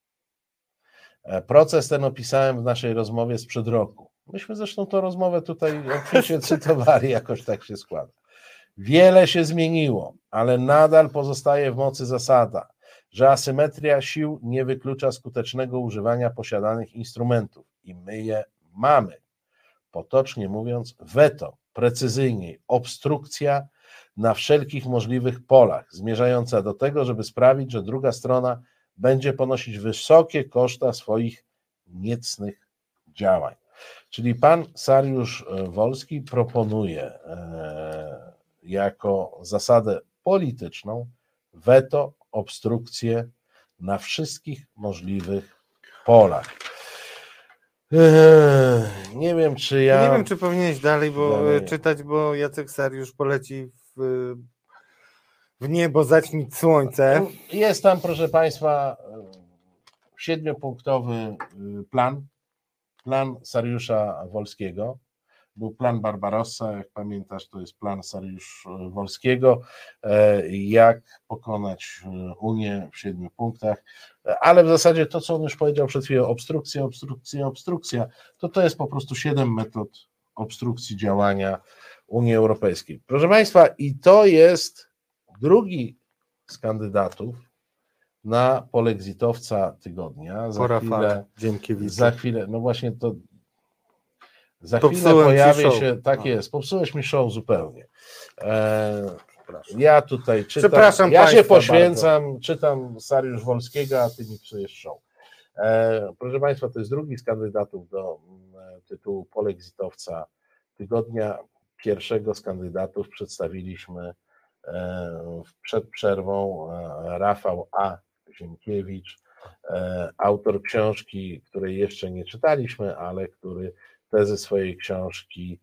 Proces ten opisałem w naszej rozmowie sprzed roku. Myśmy zresztą tę rozmowę tutaj oczywiście cytowali, jakoś tak się składa. Wiele się zmieniło, ale nadal pozostaje w mocy zasada, że asymetria sił nie wyklucza skutecznego używania posiadanych instrumentów i my je mamy. Potocznie mówiąc, weto, precyzyjniej, obstrukcja na wszelkich możliwych polach, zmierzająca do tego, żeby sprawić, że druga strona będzie ponosić wysokie koszta swoich niecnych działań. Czyli pan Sariusz-Wolski proponuje jako zasadę polityczną weto, obstrukcję na wszystkich możliwych polach. Nie wiem, czy Nie wiem, czy powinieneś dalej Dalej. czytać, bo Jacek Sariusz poleci w niebo zaćmić słońce. Jest tam, proszę Państwa, 7-punktowy plan Sariusza Wolskiego. Był plan Barbarossa, jak pamiętasz, to jest plan Sariusz Wolskiego, jak pokonać Unię w 7 punktach, ale w zasadzie to, co on już powiedział przed chwilą, obstrukcja, to jest po prostu 7 metod obstrukcji działania Unii Europejskiej. Proszę Państwa, i to jest drugi z kandydatów na polexitowca tygodnia. Za chwilę, no właśnie to za chwilę pojawi się, tak jest, popsułeś mi show zupełnie. Ja tutaj czytam, Przepraszam ja się Państwa poświęcam, bardzo. czytam Sariusz Wolskiego, a ty mi psujesz show. Proszę Państwa, to jest drugi z kandydatów do tytułu polexitowca tygodnia. Pierwszego z kandydatów przedstawiliśmy przed przerwą, Rafał A. Ziemkiewicz, autor książki, której jeszcze nie czytaliśmy, ale który tezy swojej książki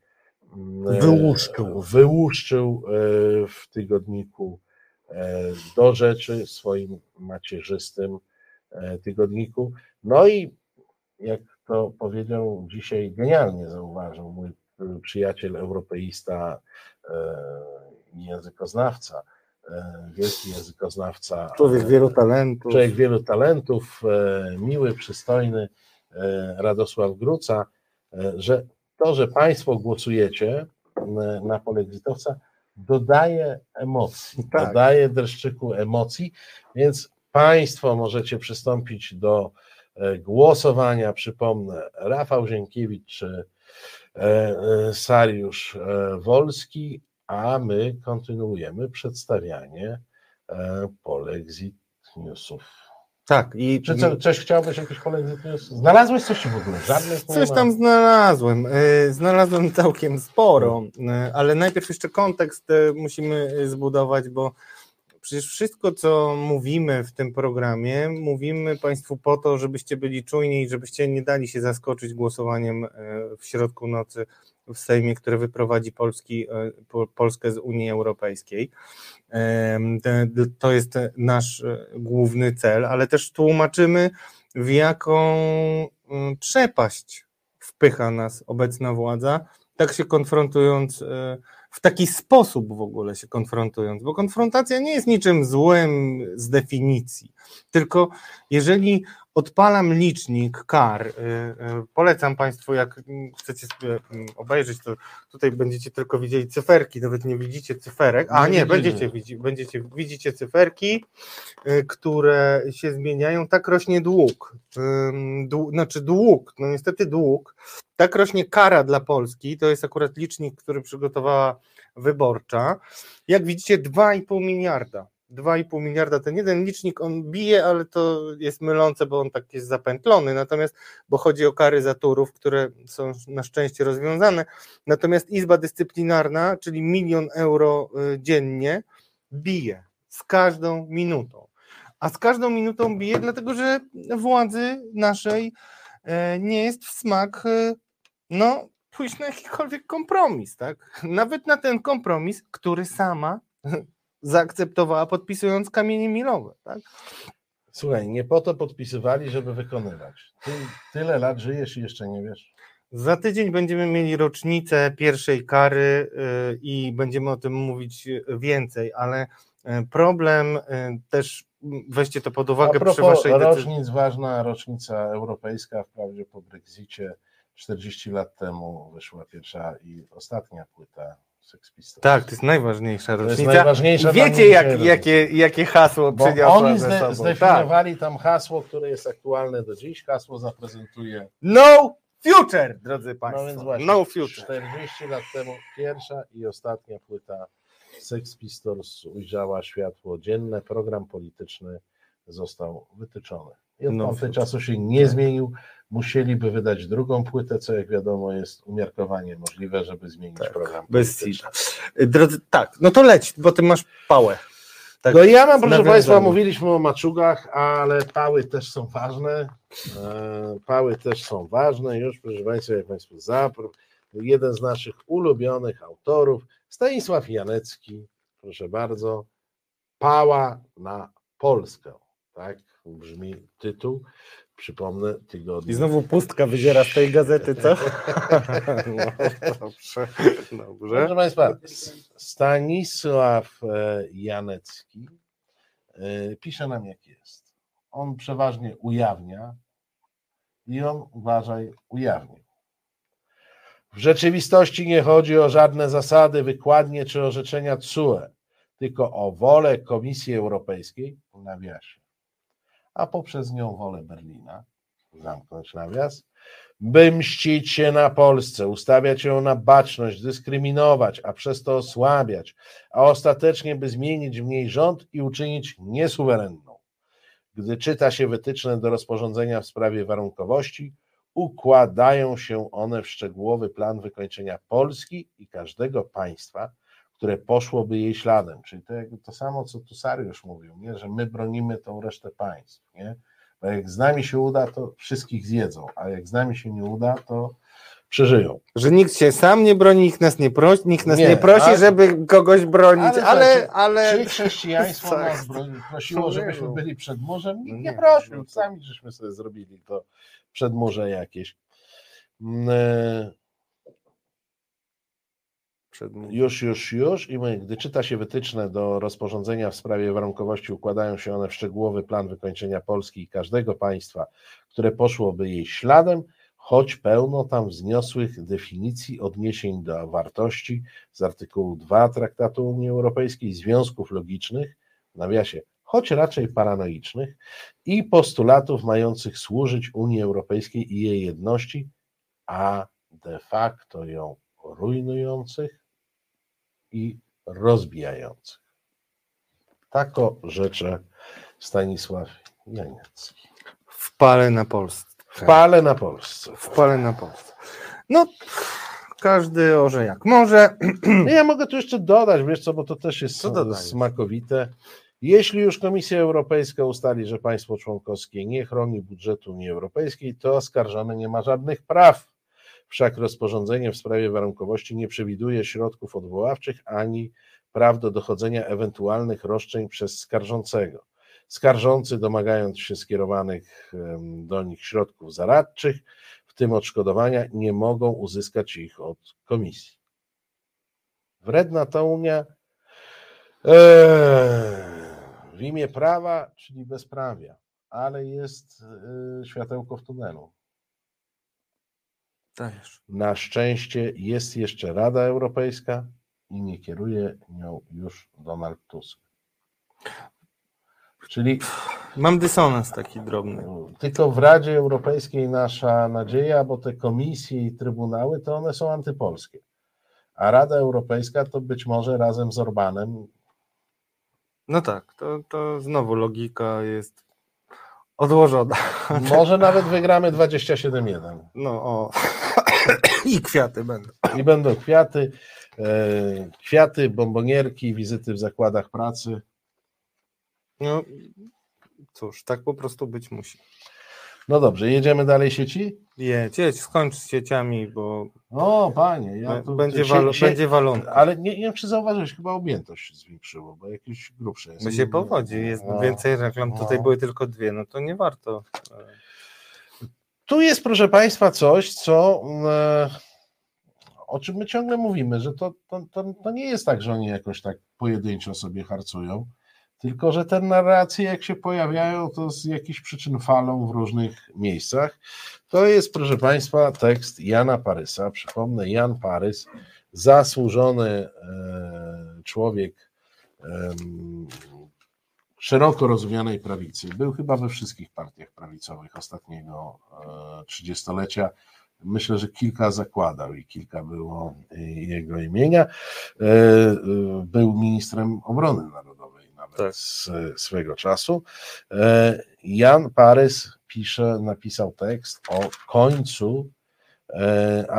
wyłuszczył w tygodniku Do Rzeczy, swoim macierzystym tygodniku. No i jak to powiedział dzisiaj, genialnie zauważył mój przyjaciel europeista i językoznawca, wielki językoznawca, Człowiek wielu talentów, miły, przystojny Radosław Gruca, że to, że Państwo głosujecie na polexitowca, dodaje emocji, dodaje dreszczyku emocji, więc Państwo możecie przystąpić do głosowania. Przypomnę, Rafał Ziemkiewicz czy Sariusz Wolski, a my kontynuujemy przedstawianie polexit newsów. Tak. I Czy coś chciałbyś, jakiś polexit news? Znalazłeś coś w ogóle? Żadnych coś tam znalazłem. Znalazłem całkiem sporo, ale najpierw jeszcze kontekst musimy zbudować, bo przecież wszystko, co mówimy w tym programie, mówimy Państwu po to, żebyście byli czujni i żebyście nie dali się zaskoczyć głosowaniem w środku nocy w Sejmie, które wyprowadzi Polskę z Unii Europejskiej. To jest nasz główny cel, ale też tłumaczymy, w jaką przepaść wpycha nas obecna władza, tak się konfrontując, w taki sposób w ogóle się konfrontując, bo konfrontacja nie jest niczym złym z definicji, tylko jeżeli odpalam licznik kar, polecam Państwu, jak chcecie sobie obejrzeć, to tutaj będziecie tylko widzieli cyferki, nawet nie widzicie cyferek, widzicie cyferki, które się zmieniają, tak rośnie dług, no niestety dług, tak rośnie kara dla Polski, to jest akurat licznik, który przygotowała Wyborcza, jak widzicie 2,5 miliarda. 2,5 miliarda, ten jeden licznik on bije, ale to jest mylące, bo on tak jest zapętlony, natomiast, bo chodzi o kary za Turów, które są na szczęście rozwiązane, natomiast Izba Dyscyplinarna, czyli 1 000 000 euro dziennie, bije z każdą minutą, a z każdą minutą bije, dlatego że władzy naszej nie jest w smak pójść na jakikolwiek kompromis, tak? Nawet na ten kompromis, który sama zaakceptowała, podpisując kamienie milowe, tak? Słuchaj, nie po to podpisywali, żeby wykonywać. Ty tyle lat żyjesz i jeszcze nie wiesz. Za tydzień będziemy mieli rocznicę pierwszej kary i będziemy o tym mówić więcej, ale problem też, weźcie to pod uwagę przy waszej rocznic, ważna rocznica europejska, wprawdzie po Brexicie 40 lat temu wyszła pierwsza i ostatnia płyta Sex Pistols. Tak, to jest najważniejsza rocznica. To jest najważniejsza. Wiecie, jakie hasło przyniosła oni ze sobą. zdefiniowali tam hasło, które jest aktualne do dziś. Hasło zaprezentuje No future, drodzy Państwo. No więc właśnie, no future. 40 lat temu pierwsza i ostatnia płyta Sex Pistols ujrzała światło dzienne. Program polityczny został wytyczony. I od tamtego czasu się nie zmienił. Musieliby wydać drugą płytę, co jak wiadomo jest umiarkowanie możliwe, żeby zmienić program bez polityczny. Drodzy, tak, no to leć, bo ty masz pałę. Tak, No ja mam, proszę nawiązanie. Państwa, mówiliśmy o maczugach, ale pały też są ważne. Pały też są ważne. Już, proszę Państwa, jak Państwu jeden z naszych ulubionych autorów, Stanisław Janecki, proszę bardzo, Pała na Polskę. Tak brzmi tytuł. Przypomnę, tygodniu. I znowu pustka wyziera z tej gazety, co? No, dobrze. Proszę Państwa, Stanisław Janecki pisze nam, jak jest. On przeważnie ujawnia i on, uważaj, ujawnił. W rzeczywistości nie chodzi o żadne zasady, wykładnie czy orzeczenia TSUE, tylko o wolę Komisji Europejskiej, w nawiasie, a poprzez nią wolę Berlina, zamknąć nawias, by mścić się na Polsce, ustawiać ją na baczność, dyskryminować, a przez to osłabiać, a ostatecznie by zmienić w niej rząd i uczynić niesuwerenną. Gdy czyta się wytyczne do rozporządzenia w sprawie warunkowości, układają się one w szczegółowy plan wykończenia Polski i każdego państwa, które poszłoby jej śladem. Czyli to samo, co tu Sariusz mówił, nie? Że my bronimy tą resztę państw. Nie? Bo jak z nami się uda, to wszystkich zjedzą, a jak z nami się nie uda, to przeżyją. Że nikt się sam nie broni, nikt nas nie prosi, żeby kogoś bronić, ale... Czy chrześcijaństwo nas prosiło, żebyśmy byli przed murzem? Nikt nie prosił, sami żeśmy sobie zrobili to przedmurze jakieś. Już. I gdy czyta się wytyczne do rozporządzenia w sprawie warunkowości, układają się one w szczegółowy plan wykończenia Polski i każdego państwa, które poszłoby jej śladem, choć pełno tam wzniosłych definicji, odniesień do wartości z artykułu 2 Traktatu Unii Europejskiej, związków logicznych, w nawiasie, choć raczej paranoicznych, i postulatów mających służyć Unii Europejskiej i jej jedności, a de facto ją rujnujących i rozbijających. Tako rzecze Stanisław Janecki. W pale na Polsce. W pale na Polsce. W pale na Polsce. No, każdy orze jak może. Ja mogę tu jeszcze dodać, wiesz co, bo to też jest smakowite. Jeśli już Komisja Europejska ustali, że państwo członkowskie nie chroni budżetu Unii Europejskiej, to oskarżony nie ma żadnych praw. Wszak rozporządzenie w sprawie warunkowości nie przewiduje środków odwoławczych ani praw do dochodzenia ewentualnych roszczeń przez skarżącego. Skarżący, domagając się skierowanych do nich środków zaradczych, w tym odszkodowania, nie mogą uzyskać ich od Komisji. Wredna ta Unia w imię prawa, czyli bezprawia, ale jest światełko w tunelu. Na szczęście jest jeszcze Rada Europejska i nie kieruje nią już Donald Tusk. Czyli mam dysonans taki drobny. Tylko w Radzie Europejskiej nasza nadzieja, bo te komisje i trybunały to one są antypolskie. A Rada Europejska to być może razem z Orbanem. No tak, to znowu logika jest odłożona. Może nawet wygramy 27-1. No o. I kwiaty będą. I będą kwiaty. Kwiaty, bombonierki, wizyty w zakładach pracy. No cóż, tak po prostu być musi. No dobrze, jedziemy dalej sieci? Jedź, skończ z sieciami, bo... O, panie, będzie walonka. Ale nie wiem, czy zauważyłeś, chyba objętość się zwiększyło, bo jakieś grubsze jest. My się powodzi, jest więcej reklam, tutaj były tylko 2, no to nie warto. Tu jest, proszę Państwa, coś, o czym my ciągle mówimy, że to nie jest tak, że oni jakoś tak pojedynczo sobie harcują, tylko że te narracje, jak się pojawiają, to z jakichś przyczyn falą w różnych miejscach. To jest, proszę Państwa, tekst Jana Parysa. Przypomnę, Jan Parys, zasłużony człowiek szeroko rozumianej prawicy. Był chyba we wszystkich partiach prawicowych ostatniego 30-lecia. Myślę, że kilka zakładał i kilka było jego imienia. Był ministrem obrony narodowej nawet swego czasu. Jan Parys napisał tekst o końcu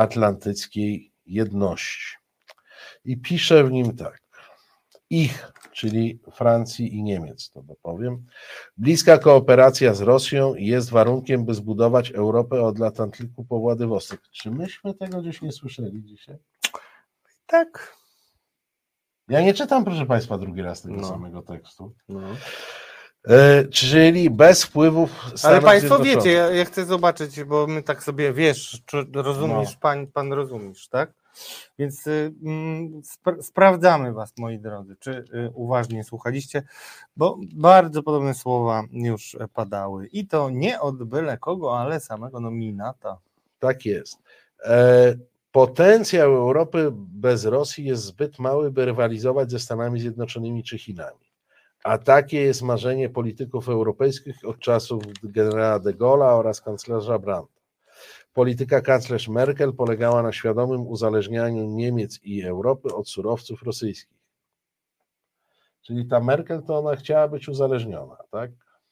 atlantyckiej jedności. I pisze w nim tak. Ich, czyli Francji i Niemiec, to dopowiem. Bliska kooperacja z Rosją jest warunkiem, by zbudować Europę od Atlantyku po Władywostok. Czy myśmy tego gdzieś nie słyszeli dzisiaj? Tak. Ja nie czytam, proszę Państwa, drugi raz tego No. samego tekstu. No. Czyli bez wpływów Stanów Ale Państwo Zjednoczonych. wiecie, ja chcę zobaczyć, bo my tak sobie, wiesz, czy rozumiesz, pan rozumiesz, tak? Więc sprawdzamy Was, moi drodzy, czy uważnie słuchaliście, bo bardzo podobne słowa już padały. I to nie od byle kogo, ale samego nominata. Tak jest. Potencjał Europy bez Rosji jest zbyt mały, by rywalizować ze Stanami Zjednoczonymi czy Chinami. A takie jest marzenie polityków europejskich od czasów generała de Gaulle'a oraz kanclerza Brandta. Polityka kanclerz Merkel polegała na świadomym uzależnianiu Niemiec i Europy od surowców rosyjskich. Czyli ta Merkel to ona chciała być uzależniona, tak?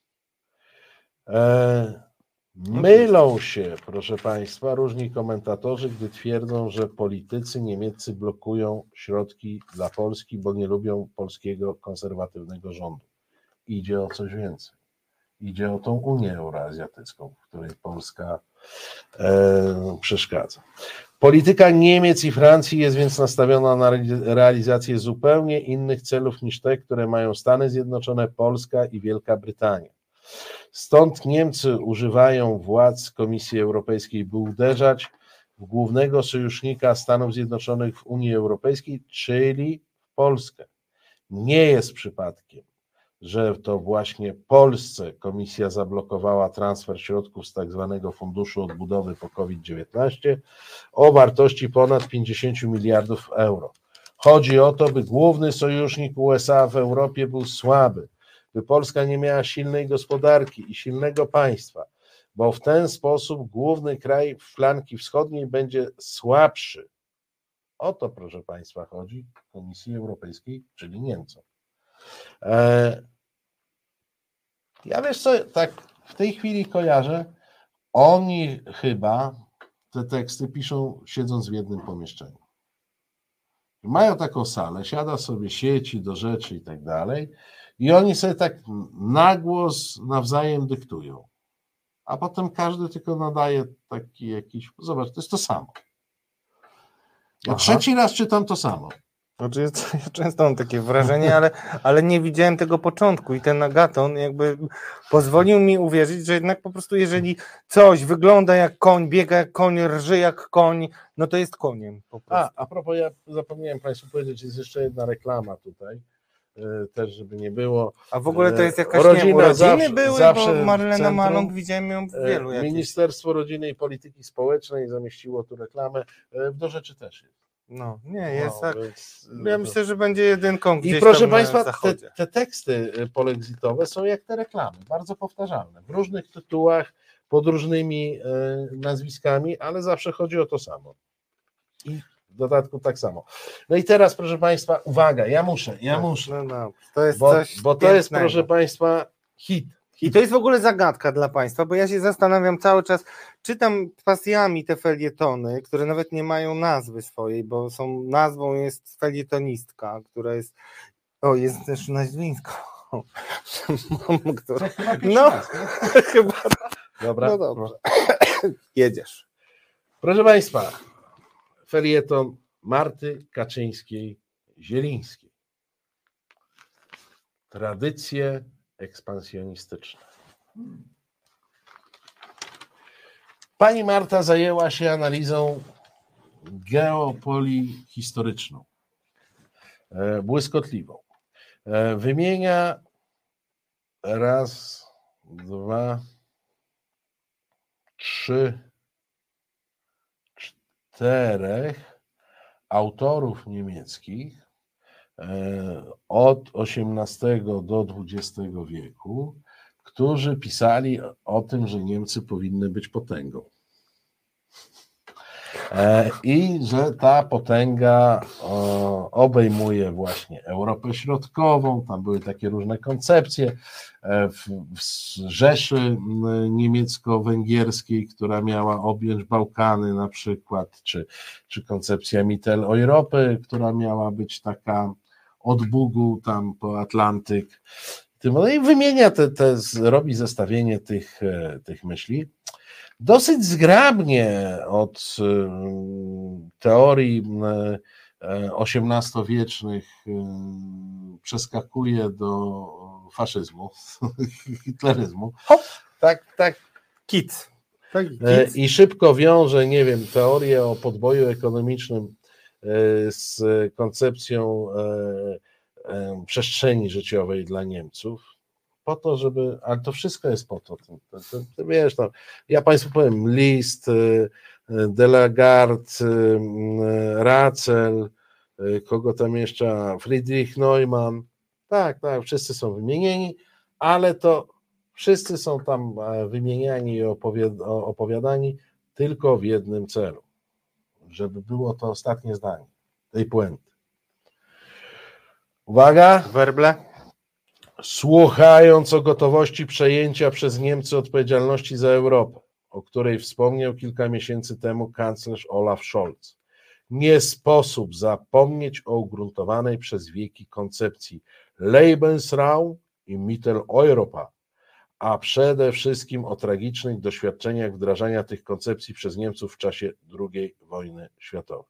Mylą się, proszę Państwa, różni komentatorzy, gdy twierdzą, że politycy niemieccy blokują środki dla Polski, bo nie lubią polskiego konserwatywnego rządu. Idzie o coś więcej. Idzie o tą Unię Euroazjatycką, w której Polska przeszkadza. Polityka Niemiec i Francji jest więc nastawiona na realizację zupełnie innych celów niż te, które mają Stany Zjednoczone, Polska i Wielka Brytania. Stąd Niemcy używają władz Komisji Europejskiej, by uderzać w głównego sojusznika Stanów Zjednoczonych w Unii Europejskiej, czyli w Polskę. Nie jest przypadkiem, że to właśnie Polsce Komisja zablokowała transfer środków z tak zwanego Funduszu Odbudowy po COVID-19 o wartości ponad 50 miliardów euro. Chodzi o to, by główny sojusznik USA w Europie był słaby, by Polska nie miała silnej gospodarki i silnego państwa, bo w ten sposób główny kraj flanki wschodniej będzie słabszy. O to, proszę Państwa, chodzi Komisji Europejskiej, czyli Niemcom. Ja wiesz co, tak w tej chwili kojarzę, oni chyba te teksty piszą siedząc w jednym pomieszczeniu. Mają taką salę, siada sobie sieci do rzeczy i tak dalej i oni sobie tak na głos nawzajem dyktują. A potem każdy tylko nadaje taki jakiś, zobacz, to jest to samo. Ja trzeci raz czytam to samo. Znaczy, ja często mam takie wrażenie, ale nie widziałem tego początku i ten agaton jakby pozwolił mi uwierzyć, że jednak po prostu jeżeli coś wygląda jak koń, biega jak koń, rży jak koń, no to jest koniem po prostu. A propos, ja zapomniałem Państwu powiedzieć, jest jeszcze jedna reklama tutaj, też żeby nie było. A w ogóle to jest jakaś, urodziny były, zawsze bo Marlena centrum, Maląg, widziałem ją w wielu jakichś. Ministerstwo Rodziny i Polityki Społecznej zamieściło tu reklamę, do rzeczy też jest. No, nie, jest tak. Więc, ja myślę, że będzie jedynką gdzieś i proszę tam Państwa, na te teksty polexitowe są jak te reklamy, bardzo powtarzalne, w różnych tytułach, pod różnymi nazwiskami, ale zawsze chodzi o to samo. I w dodatku tak samo. No i teraz, proszę Państwa, uwaga, ja muszę. No, to jest bo to jest, proszę Państwa, hit. I to jest w ogóle zagadka dla Państwa, bo ja się zastanawiam cały czas, czytam pasjami te felietony, które nawet nie mają nazwy swojej, bo nazwą jest felietonistka, która jest, jest też nazwisko. No, chyba. Dobra. No dobrze. Jedziesz. Proszę Państwa, felieton Marty Kaczyńskiej-Zielińskiej. Tradycje ekspansjonistyczne. Pani Marta zajęła się analizą geopolihistoryczną, błyskotliwą. Wymienia raz, dwa, trzy, czterech autorów niemieckich od XVIII do XX wieku, którzy pisali o tym, że Niemcy powinny być potęgą. I że ta potęga obejmuje właśnie Europę Środkową, tam były takie różne koncepcje w Rzeszy niemiecko-węgierskiej, która miała objąć Bałkany na przykład, czy koncepcja Mitteleuropy, która miała być taka od Bugu tam po Atlantyk. No i wymienia robi zestawienie tych myśli. Dosyć zgrabnie od teorii XVIII-wiecznych przeskakuje do faszyzmu, hitleryzmu. Tak. Kic. I szybko wiąże, nie wiem, teorię o podboju ekonomicznym z koncepcją przestrzeni życiowej dla Niemców, po to, żeby, ale to wszystko jest po to, wiesz, no, ja Państwu powiem, List, Delagarde, Ratzel, kogo tam jeszcze, Friedrich Neumann, tak, wszyscy są wymienieni, ale to wszyscy są tam wymieniani i opowiadani tylko w jednym celu, żeby było to ostatnie zdanie tej puenty. Uwaga! Werble. Słuchając o gotowości przejęcia przez Niemcy odpowiedzialności za Europę, o której wspomniał kilka miesięcy temu kanclerz Olaf Scholz, nie sposób zapomnieć o ugruntowanej przez wieki koncepcji Lebensraum i Mitteleuropa, a przede wszystkim o tragicznych doświadczeniach wdrażania tych koncepcji przez Niemców w czasie II wojny światowej.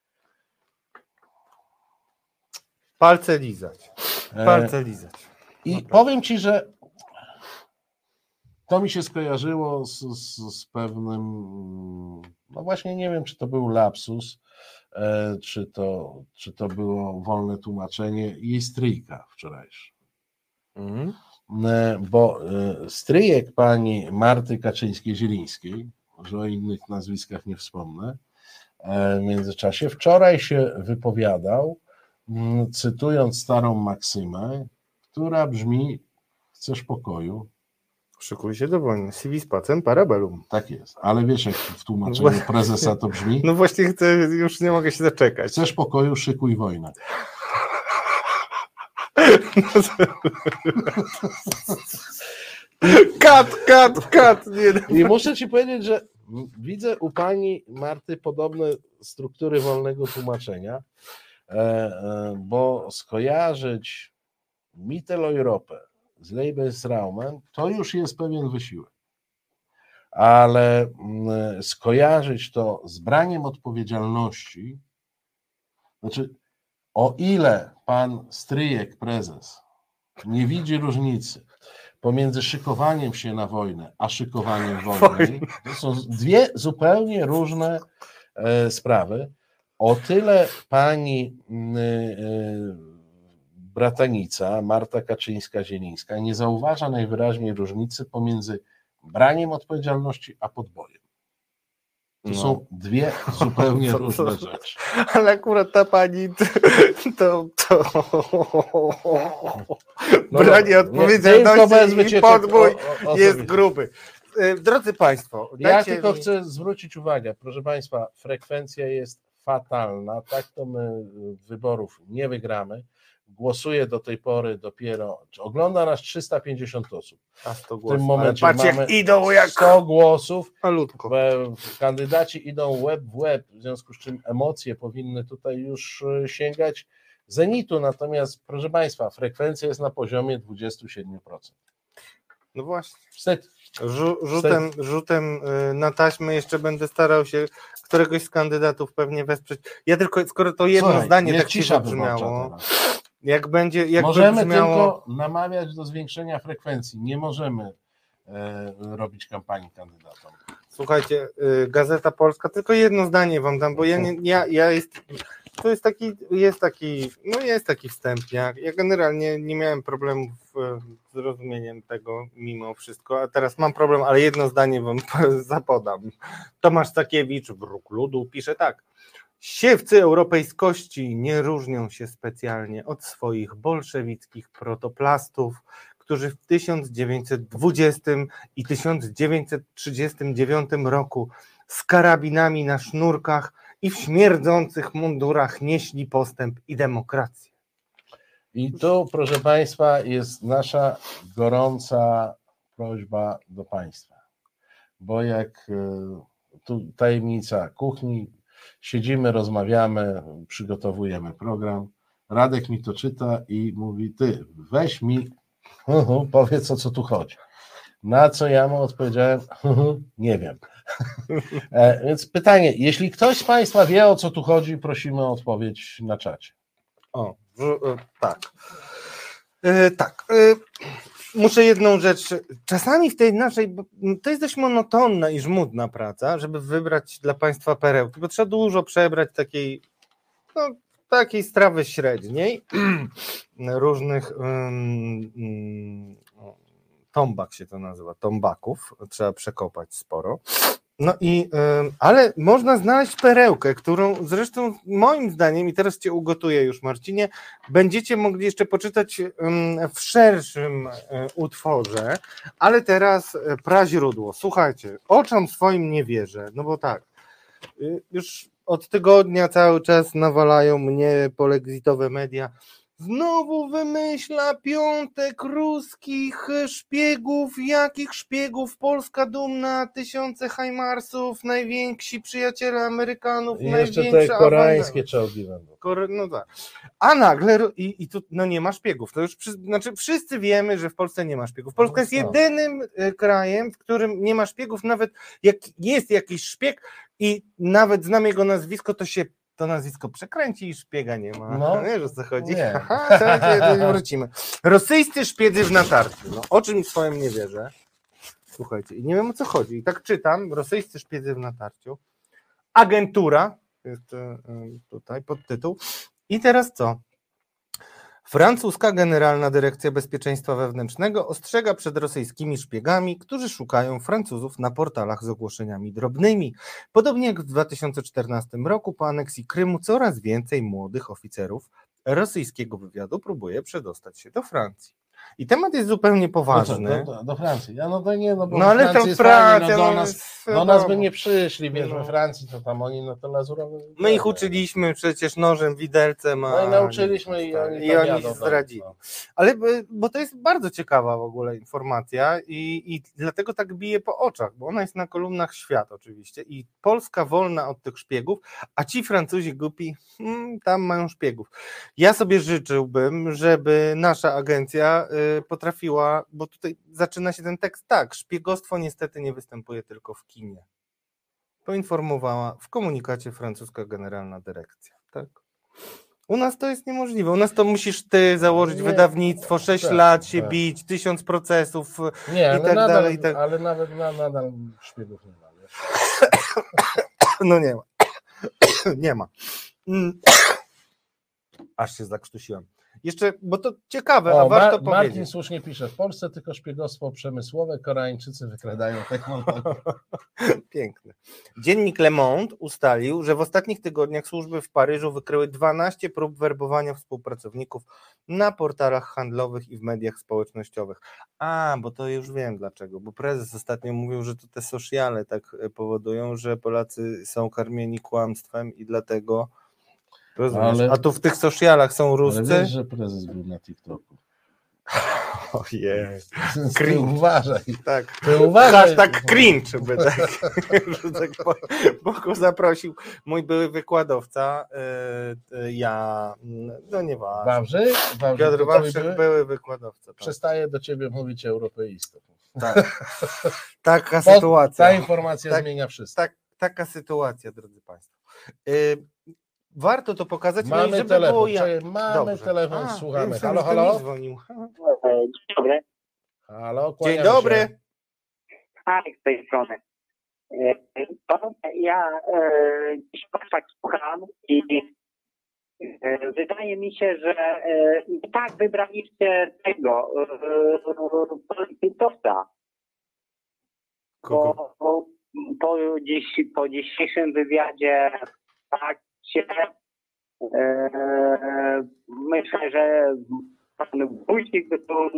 Palce lizać. I powiem Ci, że to mi się skojarzyło z pewnym, no właśnie nie wiem, czy to był lapsus, czy to było wolne tłumaczenie jej stryjka wczorajszy. Bo stryjek pani Marty Kaczyńskiej-Zielińskiej, że o innych nazwiskach nie wspomnę, w międzyczasie wczoraj się wypowiadał, cytując starą maksymę, która brzmi: chcesz pokoju? Szykuj się do wojny. Civis pacem parabellum. Tak jest, ale wiesz, jak w tłumaczeniu prezesa to brzmi? No właśnie chcę, już nie mogę się doczekać. Chcesz pokoju, szykuj wojnę. Kat. I muszę Ci powiedzieć, że widzę u pani Marty podobne struktury wolnego tłumaczenia, bo skojarzyć Mitteleuropę z Lebensraumem to już jest pewien wysiłek. Ale skojarzyć to z braniem odpowiedzialności, znaczy o ile pan stryjek, prezes, nie widzi różnicy pomiędzy szykowaniem się na wojnę, a szykowaniem wojny, to są dwie zupełnie różne sprawy, o tyle pani bratanica Marta Kaczyńska-Zielińska nie zauważa najwyraźniej różnicy pomiędzy braniem odpowiedzialności a podbojem. To są dwie zupełnie różne rzeczy. Ale akurat ta pani branie odpowiedzialności i podbój jest gruby. Drodzy Państwo, ja tylko chcę zwrócić uwagę, proszę Państwa, frekwencja jest fatalna, tak to my wyborów nie wygramy. Głosuje do tej pory dopiero, ogląda nas 350 osób. A 100 głosów. W tym momencie mamy idą jak 100 głosów. Malutko. Kandydaci idą łeb w łeb, w związku z czym emocje powinny tutaj już sięgać zenitu. Natomiast, proszę Państwa, frekwencja jest na poziomie 27%. No właśnie. Wstyd. Rzutem na taśmę jeszcze będę starał się któregoś z kandydatów pewnie wesprzeć. Ja tylko, skoro to jedno zdanie tak się zabrzmiało, możemy tylko namawiać do zwiększenia frekwencji, nie możemy robić kampanii kandydatom. Słuchajcie, Gazeta Polska, tylko jedno zdanie wam dam, bo jest taki wstępniak. Ja generalnie nie miałem problemów z zrozumieniem tego mimo wszystko, a teraz mam problem, ale jedno zdanie wam zapodam. Tomasz Sakiewicz, Wróg Ludu, pisze tak. Siewcy europejskości nie różnią się specjalnie od swoich bolszewickich protoplastów, którzy w 1920 i 1939 roku z karabinami na sznurkach i w śmierdzących mundurach nieśli postęp i demokrację. I tu, proszę Państwa, jest nasza gorąca prośba do Państwa, bo jak tu tajemnica kuchni, siedzimy, rozmawiamy, przygotowujemy program, Radek mi to czyta i mówi, ty weź mi, powiedz o co tu chodzi. Na co ja mu odpowiedziałem, nie wiem. Więc pytanie, jeśli ktoś z Państwa wie o co tu chodzi, prosimy o odpowiedź na czacie. Tak. Tak. Muszę jedną rzecz. Czasami w tej naszej, to jest dość monotonna i żmudna praca, żeby wybrać dla Państwa perełki, bo trzeba dużo przebrać takiej strawy średniej, różnych tombak się to nazywa, tombaków, trzeba przekopać sporo. No i, ale można znaleźć perełkę, którą zresztą moim zdaniem, i teraz Cię ugotuję już, Marcinie, będziecie mogli jeszcze poczytać w szerszym utworze, ale teraz praźródło. Słuchajcie, oczom swoim nie wierzę, no bo tak, już od tygodnia cały czas nawalają mnie polexitowe media. Znowu wymyśla piątek ruskich szpiegów. Jakich szpiegów? Polska dumna, tysiące Hajmarsów, najwięksi przyjaciele Amerykanów, I jeszcze największa te koreańskie czołgi będą. No tak. A nagle i tu no nie ma szpiegów. To już znaczy wszyscy wiemy, że w Polsce nie ma szpiegów. Polska jest jedynym krajem, w którym nie ma szpiegów, nawet jak jest jakiś szpieg i nawet znam jego nazwisko, to nazwisko przekręci i szpiega nie ma. No, wiesz o co chodzi? nie. Aha, teraz wrócimy. Rosyjscy szpiedzy w natarciu. No, o czym swoim nie wierzę. Słuchajcie, i nie wiem o co chodzi. I tak czytam, rosyjscy szpiedzy w natarciu. Agentura, jest tutaj podtytuł. I teraz co? Francuska Generalna Dyrekcja Bezpieczeństwa Wewnętrznego ostrzega przed rosyjskimi szpiegami, którzy szukają Francuzów na portalach z ogłoszeniami drobnymi. Podobnie jak w 2014 roku po aneksji Krymu coraz więcej młodych oficerów rosyjskiego wywiadu próbuje przedostać się do Francji. I temat jest zupełnie poważny. Do Francji. No to nie, bo ale Francja to jest Francja, fajna, do nas by nie przyszli, wiesz, we Francji to tam oni to lazurowe. My ich uczyliśmy przecież nożem, widelcem. No i nauczyliśmy i oni zdradzili. Ale bo to jest bardzo ciekawa w ogóle informacja i dlatego tak bije po oczach, bo ona jest na kolumnach Świat oczywiście i Polska wolna od tych szpiegów, a ci Francuzi głupi tam mają szpiegów. Ja sobie życzyłbym, żeby nasza agencja potrafiła, bo tutaj zaczyna się ten tekst tak, szpiegostwo niestety nie występuje tylko w kinie. Poinformowała w komunikacie francuska Generalna Dyrekcja. Tak? U nas to jest niemożliwe. U nas to musisz ty założyć wydawnictwo, 6 lat się bić, 1000 procesów i tak dalej. Ale nawet nadal szpiegów nie ma. No nie ma. Nie ma. Aż się zakrztusiłem. Jeszcze, bo to ciekawe, a warto powiedzieć. Martin słusznie pisze, w Polsce tylko szpiegostwo przemysłowe, Koreańczycy wykradają technologię. Piękne. Dziennik Le Monde ustalił, że w ostatnich tygodniach służby w Paryżu wykryły 12 prób werbowania współpracowników na portalach handlowych i w mediach społecznościowych. Bo to już wiem dlaczego, bo prezes ostatnio mówił, że to te sociale tak powodują, że Polacy są karmieni kłamstwem i dlatego... A tu w tych socialach są Ruscy. Ale wiesz, że prezes był na TikToku. Ojej. Ty uważaj. Tak. Ty uważaj. Tak cringe, by tak bo go zaprosił mój były wykładowca. No nieważne. Wawrzyk? Piotr Wawrzyk były wykładowca. Tak. Przestaje do ciebie mówić europeistą. Tak. Taka sytuacja. Ta informacja zmienia wszystko. Taka sytuacja, drodzy Państwo. Warto to pokazać. Mamy żeby telefon, było mamy telefon, słuchamy. Halo, halo. Dzień dobry. Halo, dzień dobry. Się. Z tej strony. Ja dziś tak słucham i wydaje mi się, że tak wybraliście tego polityczna. Po dzisiejszym wywiadzie tak się myślę, że pan Wójcik był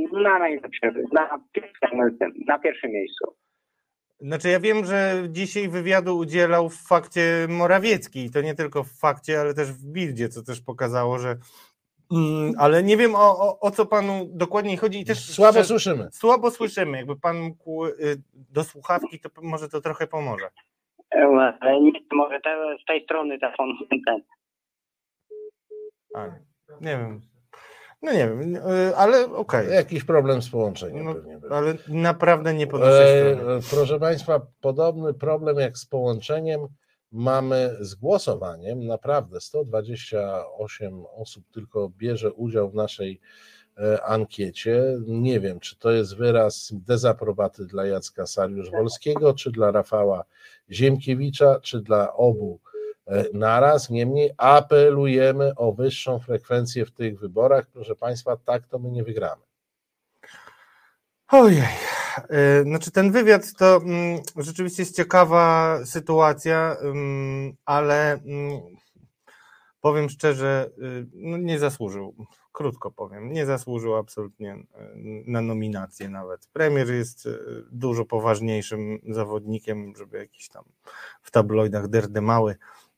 na pierwszym miejscu. Znaczy ja wiem, że dzisiaj wywiadu udzielał w Fakcie Morawiecki i to nie tylko w Fakcie, ale też w Bildzie, co też pokazało, że ale nie wiem o co panu dokładnie chodzi i też słabo słyszymy. Słabo słyszymy, jakby pan mógł do słuchawki, to może to trochę pomoże. Nie, może z tej strony telefon. Nie wiem. No nie wiem, ale okej. Jakiś problem z połączeniem No, pewnie był. ale naprawdę nie podnoszę strony. Proszę Państwa, podobny problem jak z połączeniem mamy z głosowaniem. Naprawdę 128 osób tylko bierze udział w naszej ankiecie. Nie wiem, czy to jest wyraz dezaprobaty dla Jacka Sariusz-Wolskiego, czy dla Rafała Ziemkiewicza, czy dla obu naraz. Niemniej apelujemy o wyższą frekwencję w tych wyborach. Proszę Państwa, tak to my nie wygramy. Ojej, znaczy ten wywiad to rzeczywiście jest ciekawa sytuacja, ale powiem szczerze, no nie zasłużył, krótko powiem, nie zasłużył absolutnie na nominację nawet. Premier jest dużo poważniejszym zawodnikiem, żeby jakiś tam w tabloidach derdymały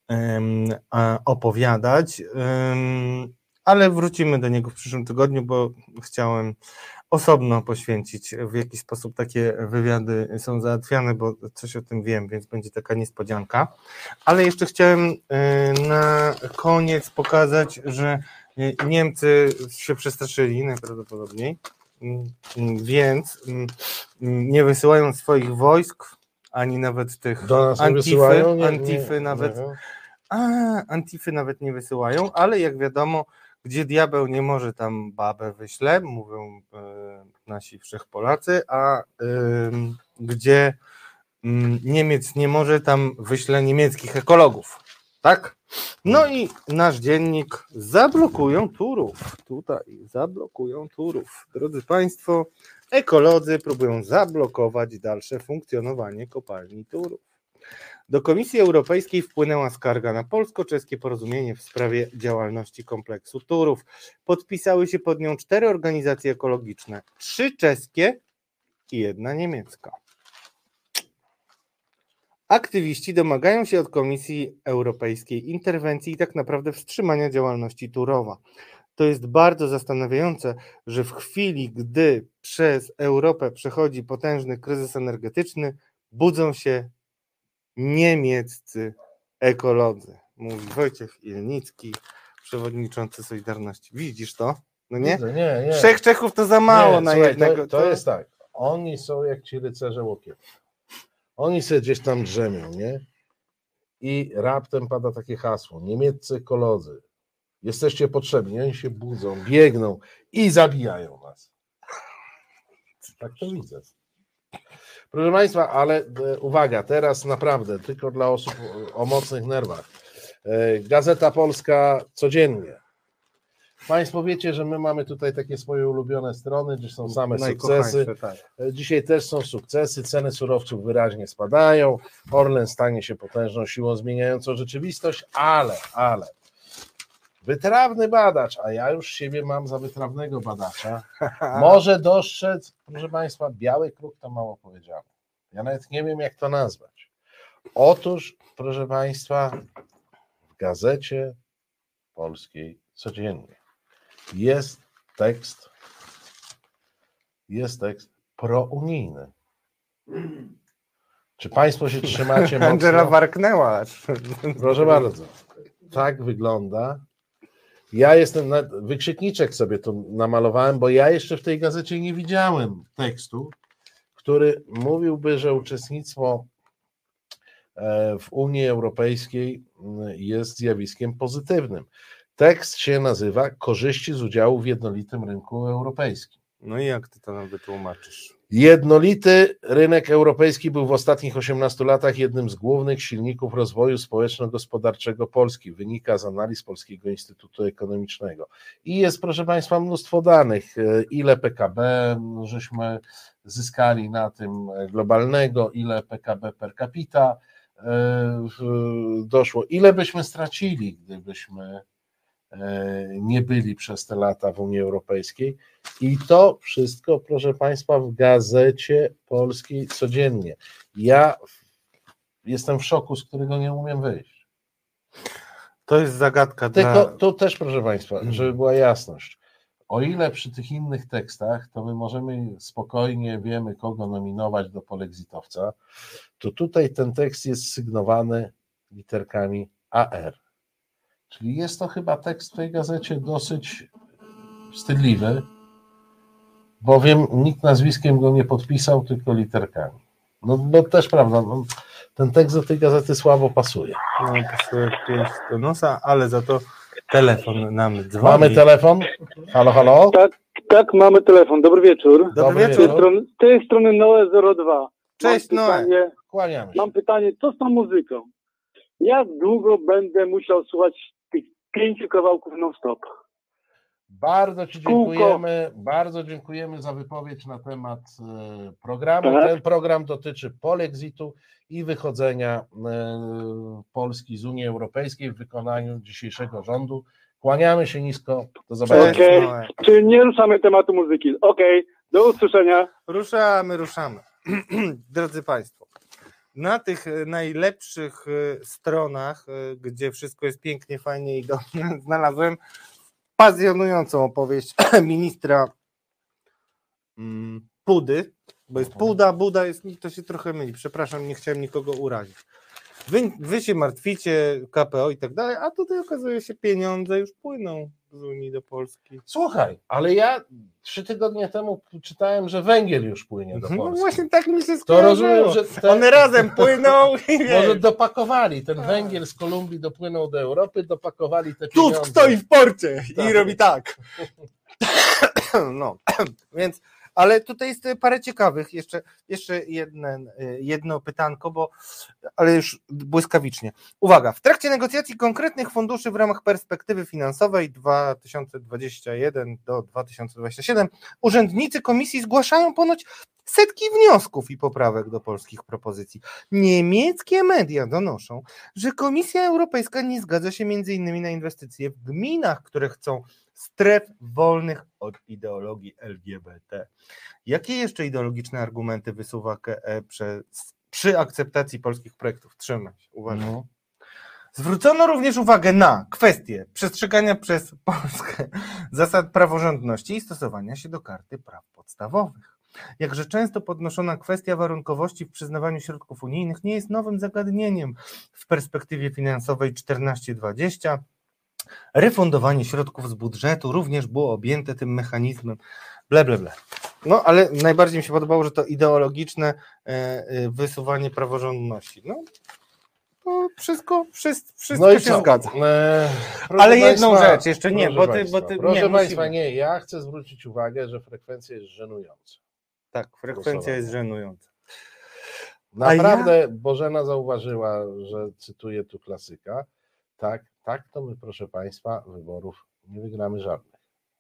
opowiadać, ale wrócimy do niego w przyszłym tygodniu, bo chciałem osobno poświęcić, w jaki sposób takie wywiady są załatwiane, bo coś o tym wiem, więc będzie taka niespodzianka. Ale jeszcze chciałem na koniec pokazać, że Niemcy się przestraszyli najprawdopodobniej, więc nie wysyłają swoich wojsk, ani nawet tych Do nas nie wysyłają? Antify nawet nie wysyłają, ale jak wiadomo, gdzie diabeł nie może, tam babę wyśle, mówią nasi wszechpolacy, a gdzie Niemiec nie może, tam wyśle niemieckich ekologów, tak? No i nasz dziennik zablokują Turów, tutaj zablokują Turów. Drodzy Państwo, ekolodzy próbują zablokować dalsze funkcjonowanie kopalni Turów. Do Komisji Europejskiej wpłynęła skarga na polsko-czeskie porozumienie w sprawie działalności kompleksu Turów. Podpisały się pod nią 4 organizacje ekologiczne, 3 czeskie i 1 niemiecka. Aktywiści domagają się od Komisji Europejskiej interwencji i tak naprawdę wstrzymania działalności Turowa. To jest bardzo zastanawiające, że w chwili, gdy przez Europę przechodzi potężny kryzys energetyczny, budzą się niemieccy ekolodzy, mówi Wojciech Ilnicki, przewodniczący Solidarności. Widzisz to? No nie? Widzę, nie. 3 Czechów to za mało na słuchaj, jednego. To jest tak, oni są jak ci rycerze łokiew. Oni sobie gdzieś tam drzemią, nie? I raptem pada takie hasło, niemieccy ekolodzy, jesteście potrzebni, oni się budzą, biegną i zabijają was. Tak to widzę. Proszę Państwa, ale uwaga, teraz naprawdę tylko dla osób o mocnych nerwach. Gazeta Polska codziennie. Państwo wiecie, że my mamy tutaj takie swoje ulubione strony, gdzie są same sukcesy. Tak. Dzisiaj też są sukcesy, ceny surowców wyraźnie spadają, Orlen stanie się potężną siłą zmieniającą rzeczywistość, ale wytrawny badacz, a ja już siebie mam za wytrawnego badacza, może dostrzec, proszę Państwa, biały kruk to mało powiedziane. Ja nawet nie wiem, jak to nazwać. Otóż, proszę Państwa, w Gazecie Polskiej codziennie jest tekst prounijny. Czy Państwo się trzymacie mocno? Angela warknęła. Proszę bardzo, tak wygląda. Ja jestem, wykrzykniczek sobie tu namalowałem, bo ja jeszcze w tej gazecie nie widziałem tekstu, który mówiłby, że uczestnictwo w Unii Europejskiej jest zjawiskiem pozytywnym. Tekst się nazywa Korzyści z udziału w jednolitym rynku europejskim. No i jak ty to nam wytłumaczysz? Jednolity rynek europejski był w ostatnich 18 latach jednym z głównych silników rozwoju społeczno-gospodarczego Polski. Wynika z analiz Polskiego Instytutu Ekonomicznego. I jest, proszę Państwa, mnóstwo danych, ile PKB żeśmy zyskali na tym globalnego, ile PKB per capita doszło, ile byśmy stracili, gdybyśmy nie byli przez te lata w Unii Europejskiej. I to wszystko, proszę Państwa, w Gazecie Polskiej codziennie. Ja jestem w szoku, z którego nie umiem wyjść. To jest zagadka. Tylko tu też, proszę Państwa, żeby była jasność, o ile przy tych innych tekstach to my możemy spokojnie, wiemy kogo nominować do polexitowca, to tutaj ten tekst jest sygnowany literkami AR. Czyli jest to chyba tekst w tej gazecie dosyć wstydliwy, bowiem nikt nazwiskiem go nie podpisał, tylko literkami. No też prawda, no, ten tekst do tej gazety słabo pasuje. No, pasuje pięść do nosa, ale za to telefon nam dzwoni. Mamy telefon? Halo, halo? Tak, mamy telefon. Dobry wieczór. Dobry wieczór. wieczór. Z tej strony Noe02. Cześć, Noe. Kłaniamy się. Mam pytanie, co z tą muzyką? Jak długo będę musiał słuchać tych 5 kawałków non-stop? Bardzo Ci Kółko. dziękujemy za wypowiedź na temat programu. Tak. Ten program dotyczy polexitu i wychodzenia Polski z Unii Europejskiej w wykonaniu dzisiejszego rządu. Kłaniamy się nisko. Do zobaczenia. Cześć, Okej. Noe. Czyli nie ruszamy tematu muzyki. Okej, do usłyszenia. Ruszamy. Drodzy Państwo, na tych najlepszych stronach, gdzie wszystko jest pięknie, fajnie i dobrze, znalazłem pasjonującą opowieść ministra Pudy, bo jest Buda jest, to się trochę myli, przepraszam, nie chciałem nikogo urazić. Wy się martwicie, KPO i tak dalej, a tutaj okazuje się, pieniądze już płyną z Unii do Polski. Słuchaj, ale ja 3 tygodnie temu czytałem, że węgiel już płynie do No Polski. właśnie tak mi się To skojarzyło. rozumiem, że One razem płyną i może dopakowali. Ten węgiel z Kolumbii dopłynął do Europy, dopakowali te pieniądze. Tusk stoi w porcie i Tak. robi tak. No, więc, ale tutaj jest parę ciekawych, jeszcze jedno pytanko, ale już błyskawicznie. Uwaga, w trakcie negocjacji konkretnych funduszy w ramach perspektywy finansowej 2021 do 2027 urzędnicy komisji zgłaszają ponoć setki wniosków i poprawek do polskich propozycji. Niemieckie media donoszą, że Komisja Europejska nie zgadza się m.in. na inwestycje w gminach, które chcą stref wolnych od ideologii LGBT. Jakie jeszcze ideologiczne argumenty wysuwa KE przy akceptacji polskich projektów? Trzymaj się, uważaj. No. Zwrócono również uwagę na kwestię przestrzegania przez Polskę zasad praworządności i stosowania się do Karty Praw Podstawowych. Jakże często podnoszona kwestia warunkowości w przyznawaniu środków unijnych nie jest nowym zagadnieniem w perspektywie finansowej 14-20. Refundowanie środków z budżetu również było objęte tym mechanizmem. Ble. No, ale najbardziej mi się podobało, że to ideologiczne wysuwanie praworządności. No, to wszystko No i się co? zgadza. Proszę Ale jedną państwa, rzecz jeszcze nie, Proszę nie, Państwa, musimy. nie, ja chcę zwrócić uwagę, że frekwencja jest żenująca. Tak, frekwencja jest żenująca. Naprawdę Bożena zauważyła, że cytuję tu klasyka. Tak, to my, proszę Państwa, wyborów nie wygramy żadnych.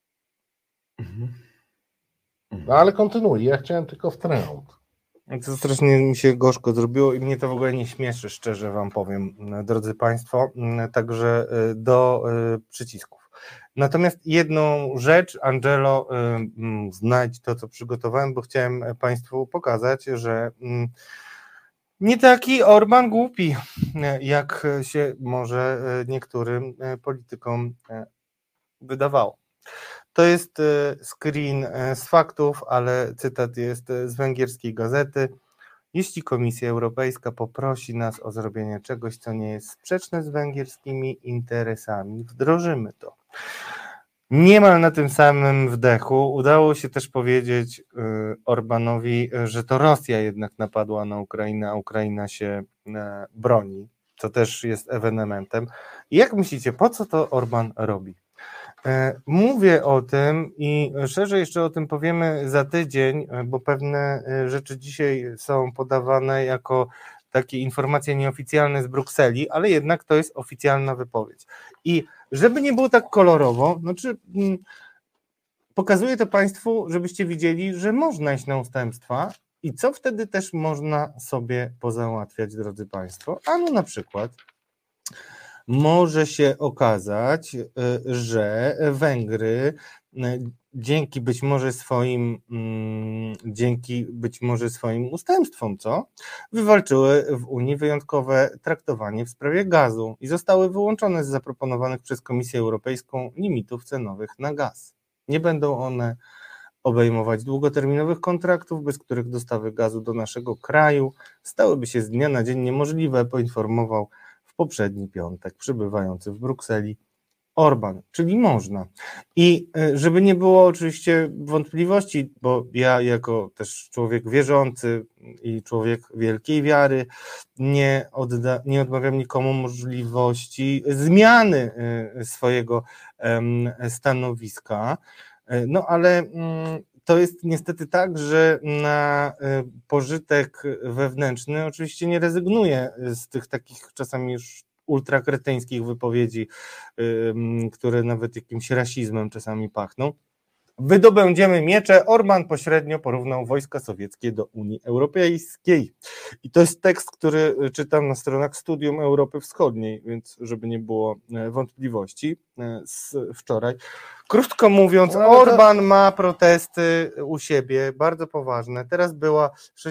No ale kontynuuj, ja chciałem tylko w trend. To strasznie mi się gorzko zrobiło i mnie to w ogóle nie śmieszy, szczerze wam powiem, drodzy Państwo, także do przycisków. Natomiast jedną rzecz, Angelo, znajdź to, co przygotowałem, bo chciałem Państwu pokazać, że nie taki Orban głupi, jak się może niektórym politykom wydawało. To jest screen z faktów, ale cytat jest z węgierskiej gazety. Jeśli Komisja Europejska poprosi nas o zrobienie czegoś, co nie jest sprzeczne z węgierskimi interesami, wdrożymy to. Niemal na tym samym wdechu udało się też powiedzieć Orbanowi, że to Rosja jednak napadła na Ukrainę, a Ukraina się broni, co też jest ewenementem. I jak myślicie, po co to Orban robi? Mówię o tym i szerzej jeszcze o tym powiemy za tydzień, bo pewne rzeczy dzisiaj są podawane jako takie informacje nieoficjalne z Brukseli, ale jednak to jest oficjalna wypowiedź. I żeby nie było tak kolorowo, pokazuję to Państwu, żebyście widzieli, że można iść na ustępstwa i co wtedy też można sobie pozałatwiać, drodzy Państwo. Ano na przykład może się okazać, że Węgry dzięki być może swoim ustępstwom, wywalczyły w Unii wyjątkowe traktowanie w sprawie gazu i zostały wyłączone z zaproponowanych przez Komisję Europejską limitów cenowych na gaz. Nie będą one obejmować długoterminowych kontraktów, bez których dostawy gazu do naszego kraju stałyby się z dnia na dzień niemożliwe, poinformował w poprzedni piątek przybywający w Brukseli Orbán, czyli można. I żeby nie było oczywiście wątpliwości, bo ja jako też człowiek wierzący i człowiek wielkiej wiary nie odmawiam nikomu możliwości zmiany swojego stanowiska, no ale to jest niestety tak, że na pożytek wewnętrzny oczywiście nie rezygnuję z tych takich czasami już ultrakretyńskich wypowiedzi, które nawet jakimś rasizmem czasami pachną. Wydobędziemy miecze. Orbán pośrednio porównał wojska sowieckie do Unii Europejskiej. I to jest tekst, który czytam na stronach Studium Europy Wschodniej, więc żeby nie było wątpliwości z wczoraj. Krótko mówiąc, Orbán ma protesty u siebie, bardzo poważne. Teraz była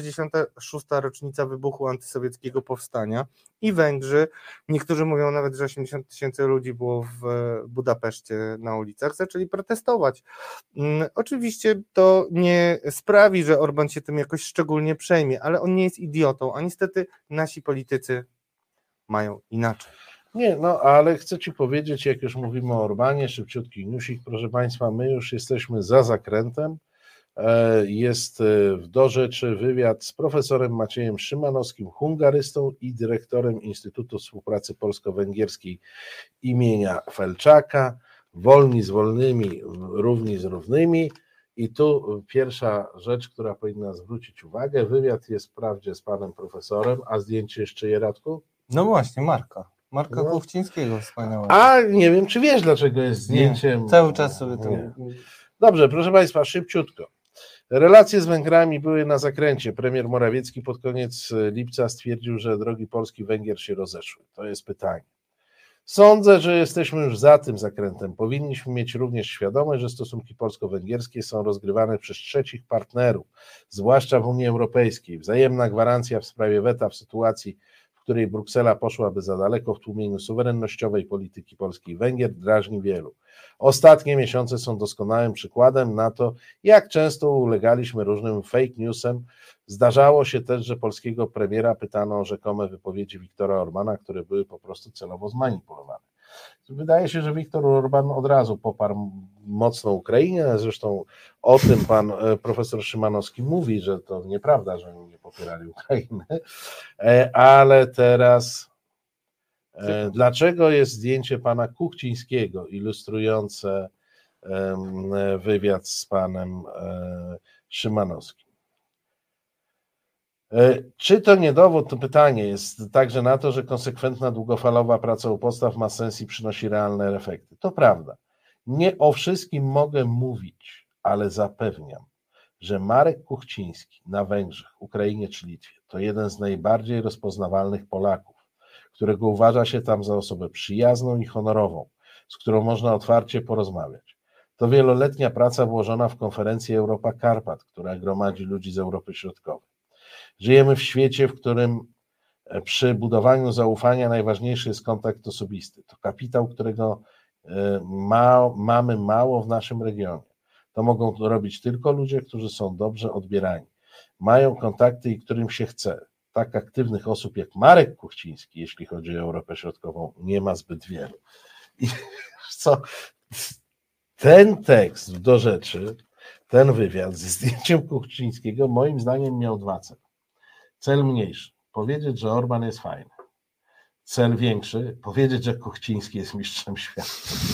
66. rocznica wybuchu antysowieckiego powstania i Węgrzy, niektórzy mówią nawet, że 80 000 ludzi było w Budapeszcie na ulicach, zaczęli protestować. Oczywiście to nie sprawi, że Orbán się tym jakoś szczególnie przejmie, ale on nie jest idiotą, a niestety nasi politycy mają inaczej. Nie, no ale chcę Ci powiedzieć, jak już mówimy o Orbánie, szybciutki newsik, proszę Państwa, my już jesteśmy za zakrętem. Jest w Do Rzeczy wywiad z profesorem Maciejem Szymanowskim, hungarystą i dyrektorem Instytutu Współpracy Polsko-Węgierskiej imienia Felczaka. Wolni z wolnymi, równi z równymi. I tu pierwsza rzecz, która powinna zwrócić uwagę, wywiad jest wprawdzie z panem profesorem, a zdjęcie jeszcze je, Radku? No właśnie, Marka Kuchcińskiego wspaniałego. A nie wiem, czy wiesz, dlaczego jest zdjęciem. Nie, cały czas sobie to... Dobrze, proszę Państwa, szybciutko. Relacje z Węgrami były na zakręcie. Premier Morawiecki pod koniec lipca stwierdził, że drogi Polski-Węgier się rozeszły. To jest pytanie. Sądzę, że jesteśmy już za tym zakrętem. Powinniśmy mieć również świadomość, że stosunki polsko-węgierskie są rozgrywane przez trzecich partnerów, zwłaszcza w Unii Europejskiej. Wzajemna gwarancja w sprawie weta w sytuacji, w której Bruksela poszłaby za daleko w tłumieniu suwerennościowej polityki Polski i Węgier, drażni wielu. Ostatnie miesiące są doskonałym przykładem na to, jak często ulegaliśmy różnym fake newsem. Zdarzało się też, że polskiego premiera pytano o rzekome wypowiedzi Viktora Orbána, które były po prostu celowo zmanipulowane. Wydaje się, że Viktor Orbán od razu poparł mocno Ukrainę, zresztą o tym pan profesor Szymanowski mówi, że to nieprawda, że oni nie popierali Ukrainy, ale teraz dlaczego jest zdjęcie pana Kuchcińskiego ilustrujące wywiad z panem Szymanowskim? Czy to nie dowód, to pytanie jest także na to, że konsekwentna, długofalowa praca u podstaw ma sens i przynosi realne efekty? To prawda. Nie o wszystkim mogę mówić, ale zapewniam, że Marek Kuchciński na Węgrzech, Ukrainie czy Litwie to jeden z najbardziej rozpoznawalnych Polaków, którego uważa się tam za osobę przyjazną i honorową, z którą można otwarcie porozmawiać. To wieloletnia praca włożona w konferencję Europa Karpat, która gromadzi ludzi z Europy Środkowej. Żyjemy w świecie, w którym przy budowaniu zaufania najważniejszy jest kontakt osobisty. To kapitał, którego mamy mało w naszym regionie. To mogą robić tylko ludzie, którzy są dobrze odbierani. Mają kontakty i którym się chce. Tak aktywnych osób jak Marek Kuchciński, jeśli chodzi o Europę Środkową, nie ma zbyt wielu. I co? Ten tekst Do Rzeczy, ten wywiad ze zdjęciem Kuchcińskiego moim zdaniem miał dwa cele. Cel mniejszy, powiedzieć, że Orbán jest fajny. Cel większy, powiedzieć, że Kuchciński jest mistrzem świata.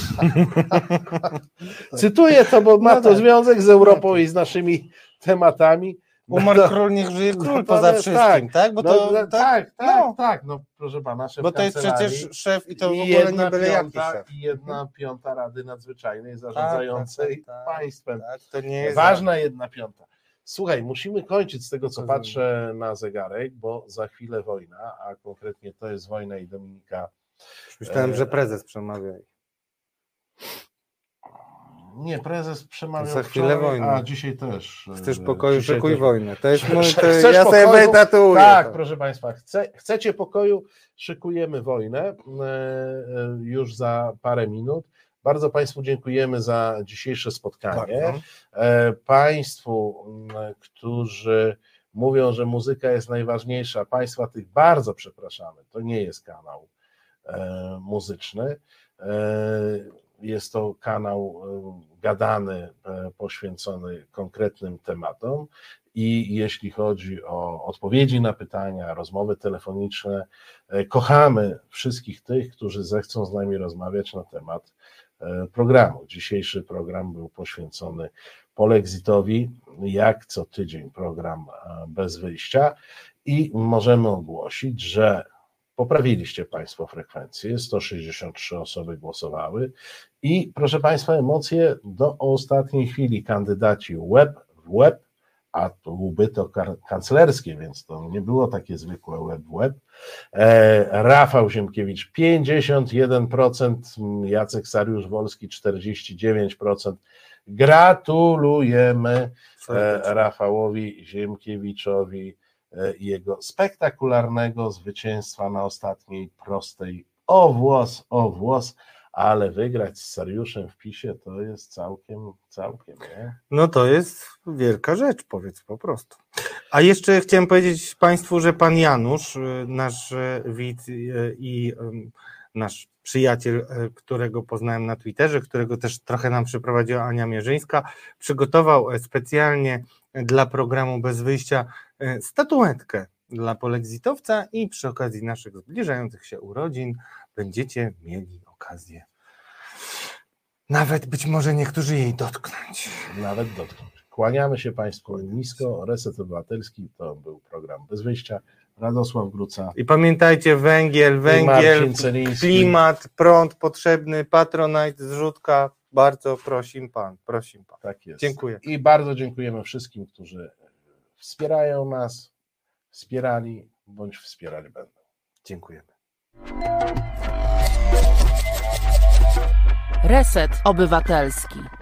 Cytuję to, bo ma to związek z Europą i z naszymi tematami. Umarł król, niech żyje król poza wszystkim, tak? Bo to, tak, no proszę pana, szef bo to jest przecież szef i to w ogóle nie byle jaki szef. I 1/5 Rady Nadzwyczajnej zarządzającej państwem. Tak, to nie jest ważna 1/5. Słuchaj, musimy kończyć z tego, co patrzę na zegarek, bo za chwilę wojna, a konkretnie to jest wojna i Dominika. Myślałem, że prezes przemawia. Nie, prezes przemawiał za chwilę wojny. A dzisiaj też. Chcesz pokoju, szykuj też. wojnę. To jest mój, ja sobie wytatuję. Tak, proszę Państwa, chcecie pokoju, szykujemy wojnę już za parę minut. Bardzo Państwu dziękujemy za dzisiejsze spotkanie. Państwu, którzy mówią, że muzyka jest najważniejsza, Państwa tych bardzo przepraszamy. To nie jest kanał muzyczny. Jest to kanał gadany, poświęcony konkretnym tematom i jeśli chodzi o odpowiedzi na pytania, rozmowy telefoniczne, kochamy wszystkich tych, którzy zechcą z nami rozmawiać na temat programu. Dzisiejszy program był poświęcony polexitowi, jak co tydzień program Bez Wyjścia i możemy ogłosić, że poprawiliście Państwo frekwencję, 163 osoby głosowały i proszę Państwa, emocje do ostatniej chwili, kandydaci łeb w łeb, a to byłby to kanclerskie, więc to nie było takie zwykłe łeb w łeb. Rafał Ziemkiewicz 51%, Jacek Sariusz-Wolski 49%. Gratulujemy Rafałowi Ziemkiewiczowi jego spektakularnego zwycięstwa na ostatniej prostej o włos, ale wygrać z Sariuszem w PiS-ie to jest całkiem, nie? No to jest wielka rzecz, powiedz po prostu. A jeszcze chciałem powiedzieć Państwu, że pan Janusz, nasz widz i nasz przyjaciel, którego poznałem na Twitterze, którego też trochę nam przyprowadziła Ania Mierzyńska, przygotował specjalnie dla programu Bez Wyjścia statuetkę dla polexitowca i przy okazji naszych zbliżających się urodzin będziecie mieli okazję nawet być może niektórzy jej dotknąć. Kłaniamy się Państwu nisko. Reset Obywatelski to był program Bez Wyjścia. Radosław Gruca. I pamiętajcie, węgiel, klimat, prąd potrzebny, Patronite, zrzutka. Bardzo prosim pan. Tak jest. Dziękuję. I bardzo dziękujemy wszystkim, którzy wspierają nas, wspierali bądź wspierali będą. Dziękujemy. Reset Obywatelski.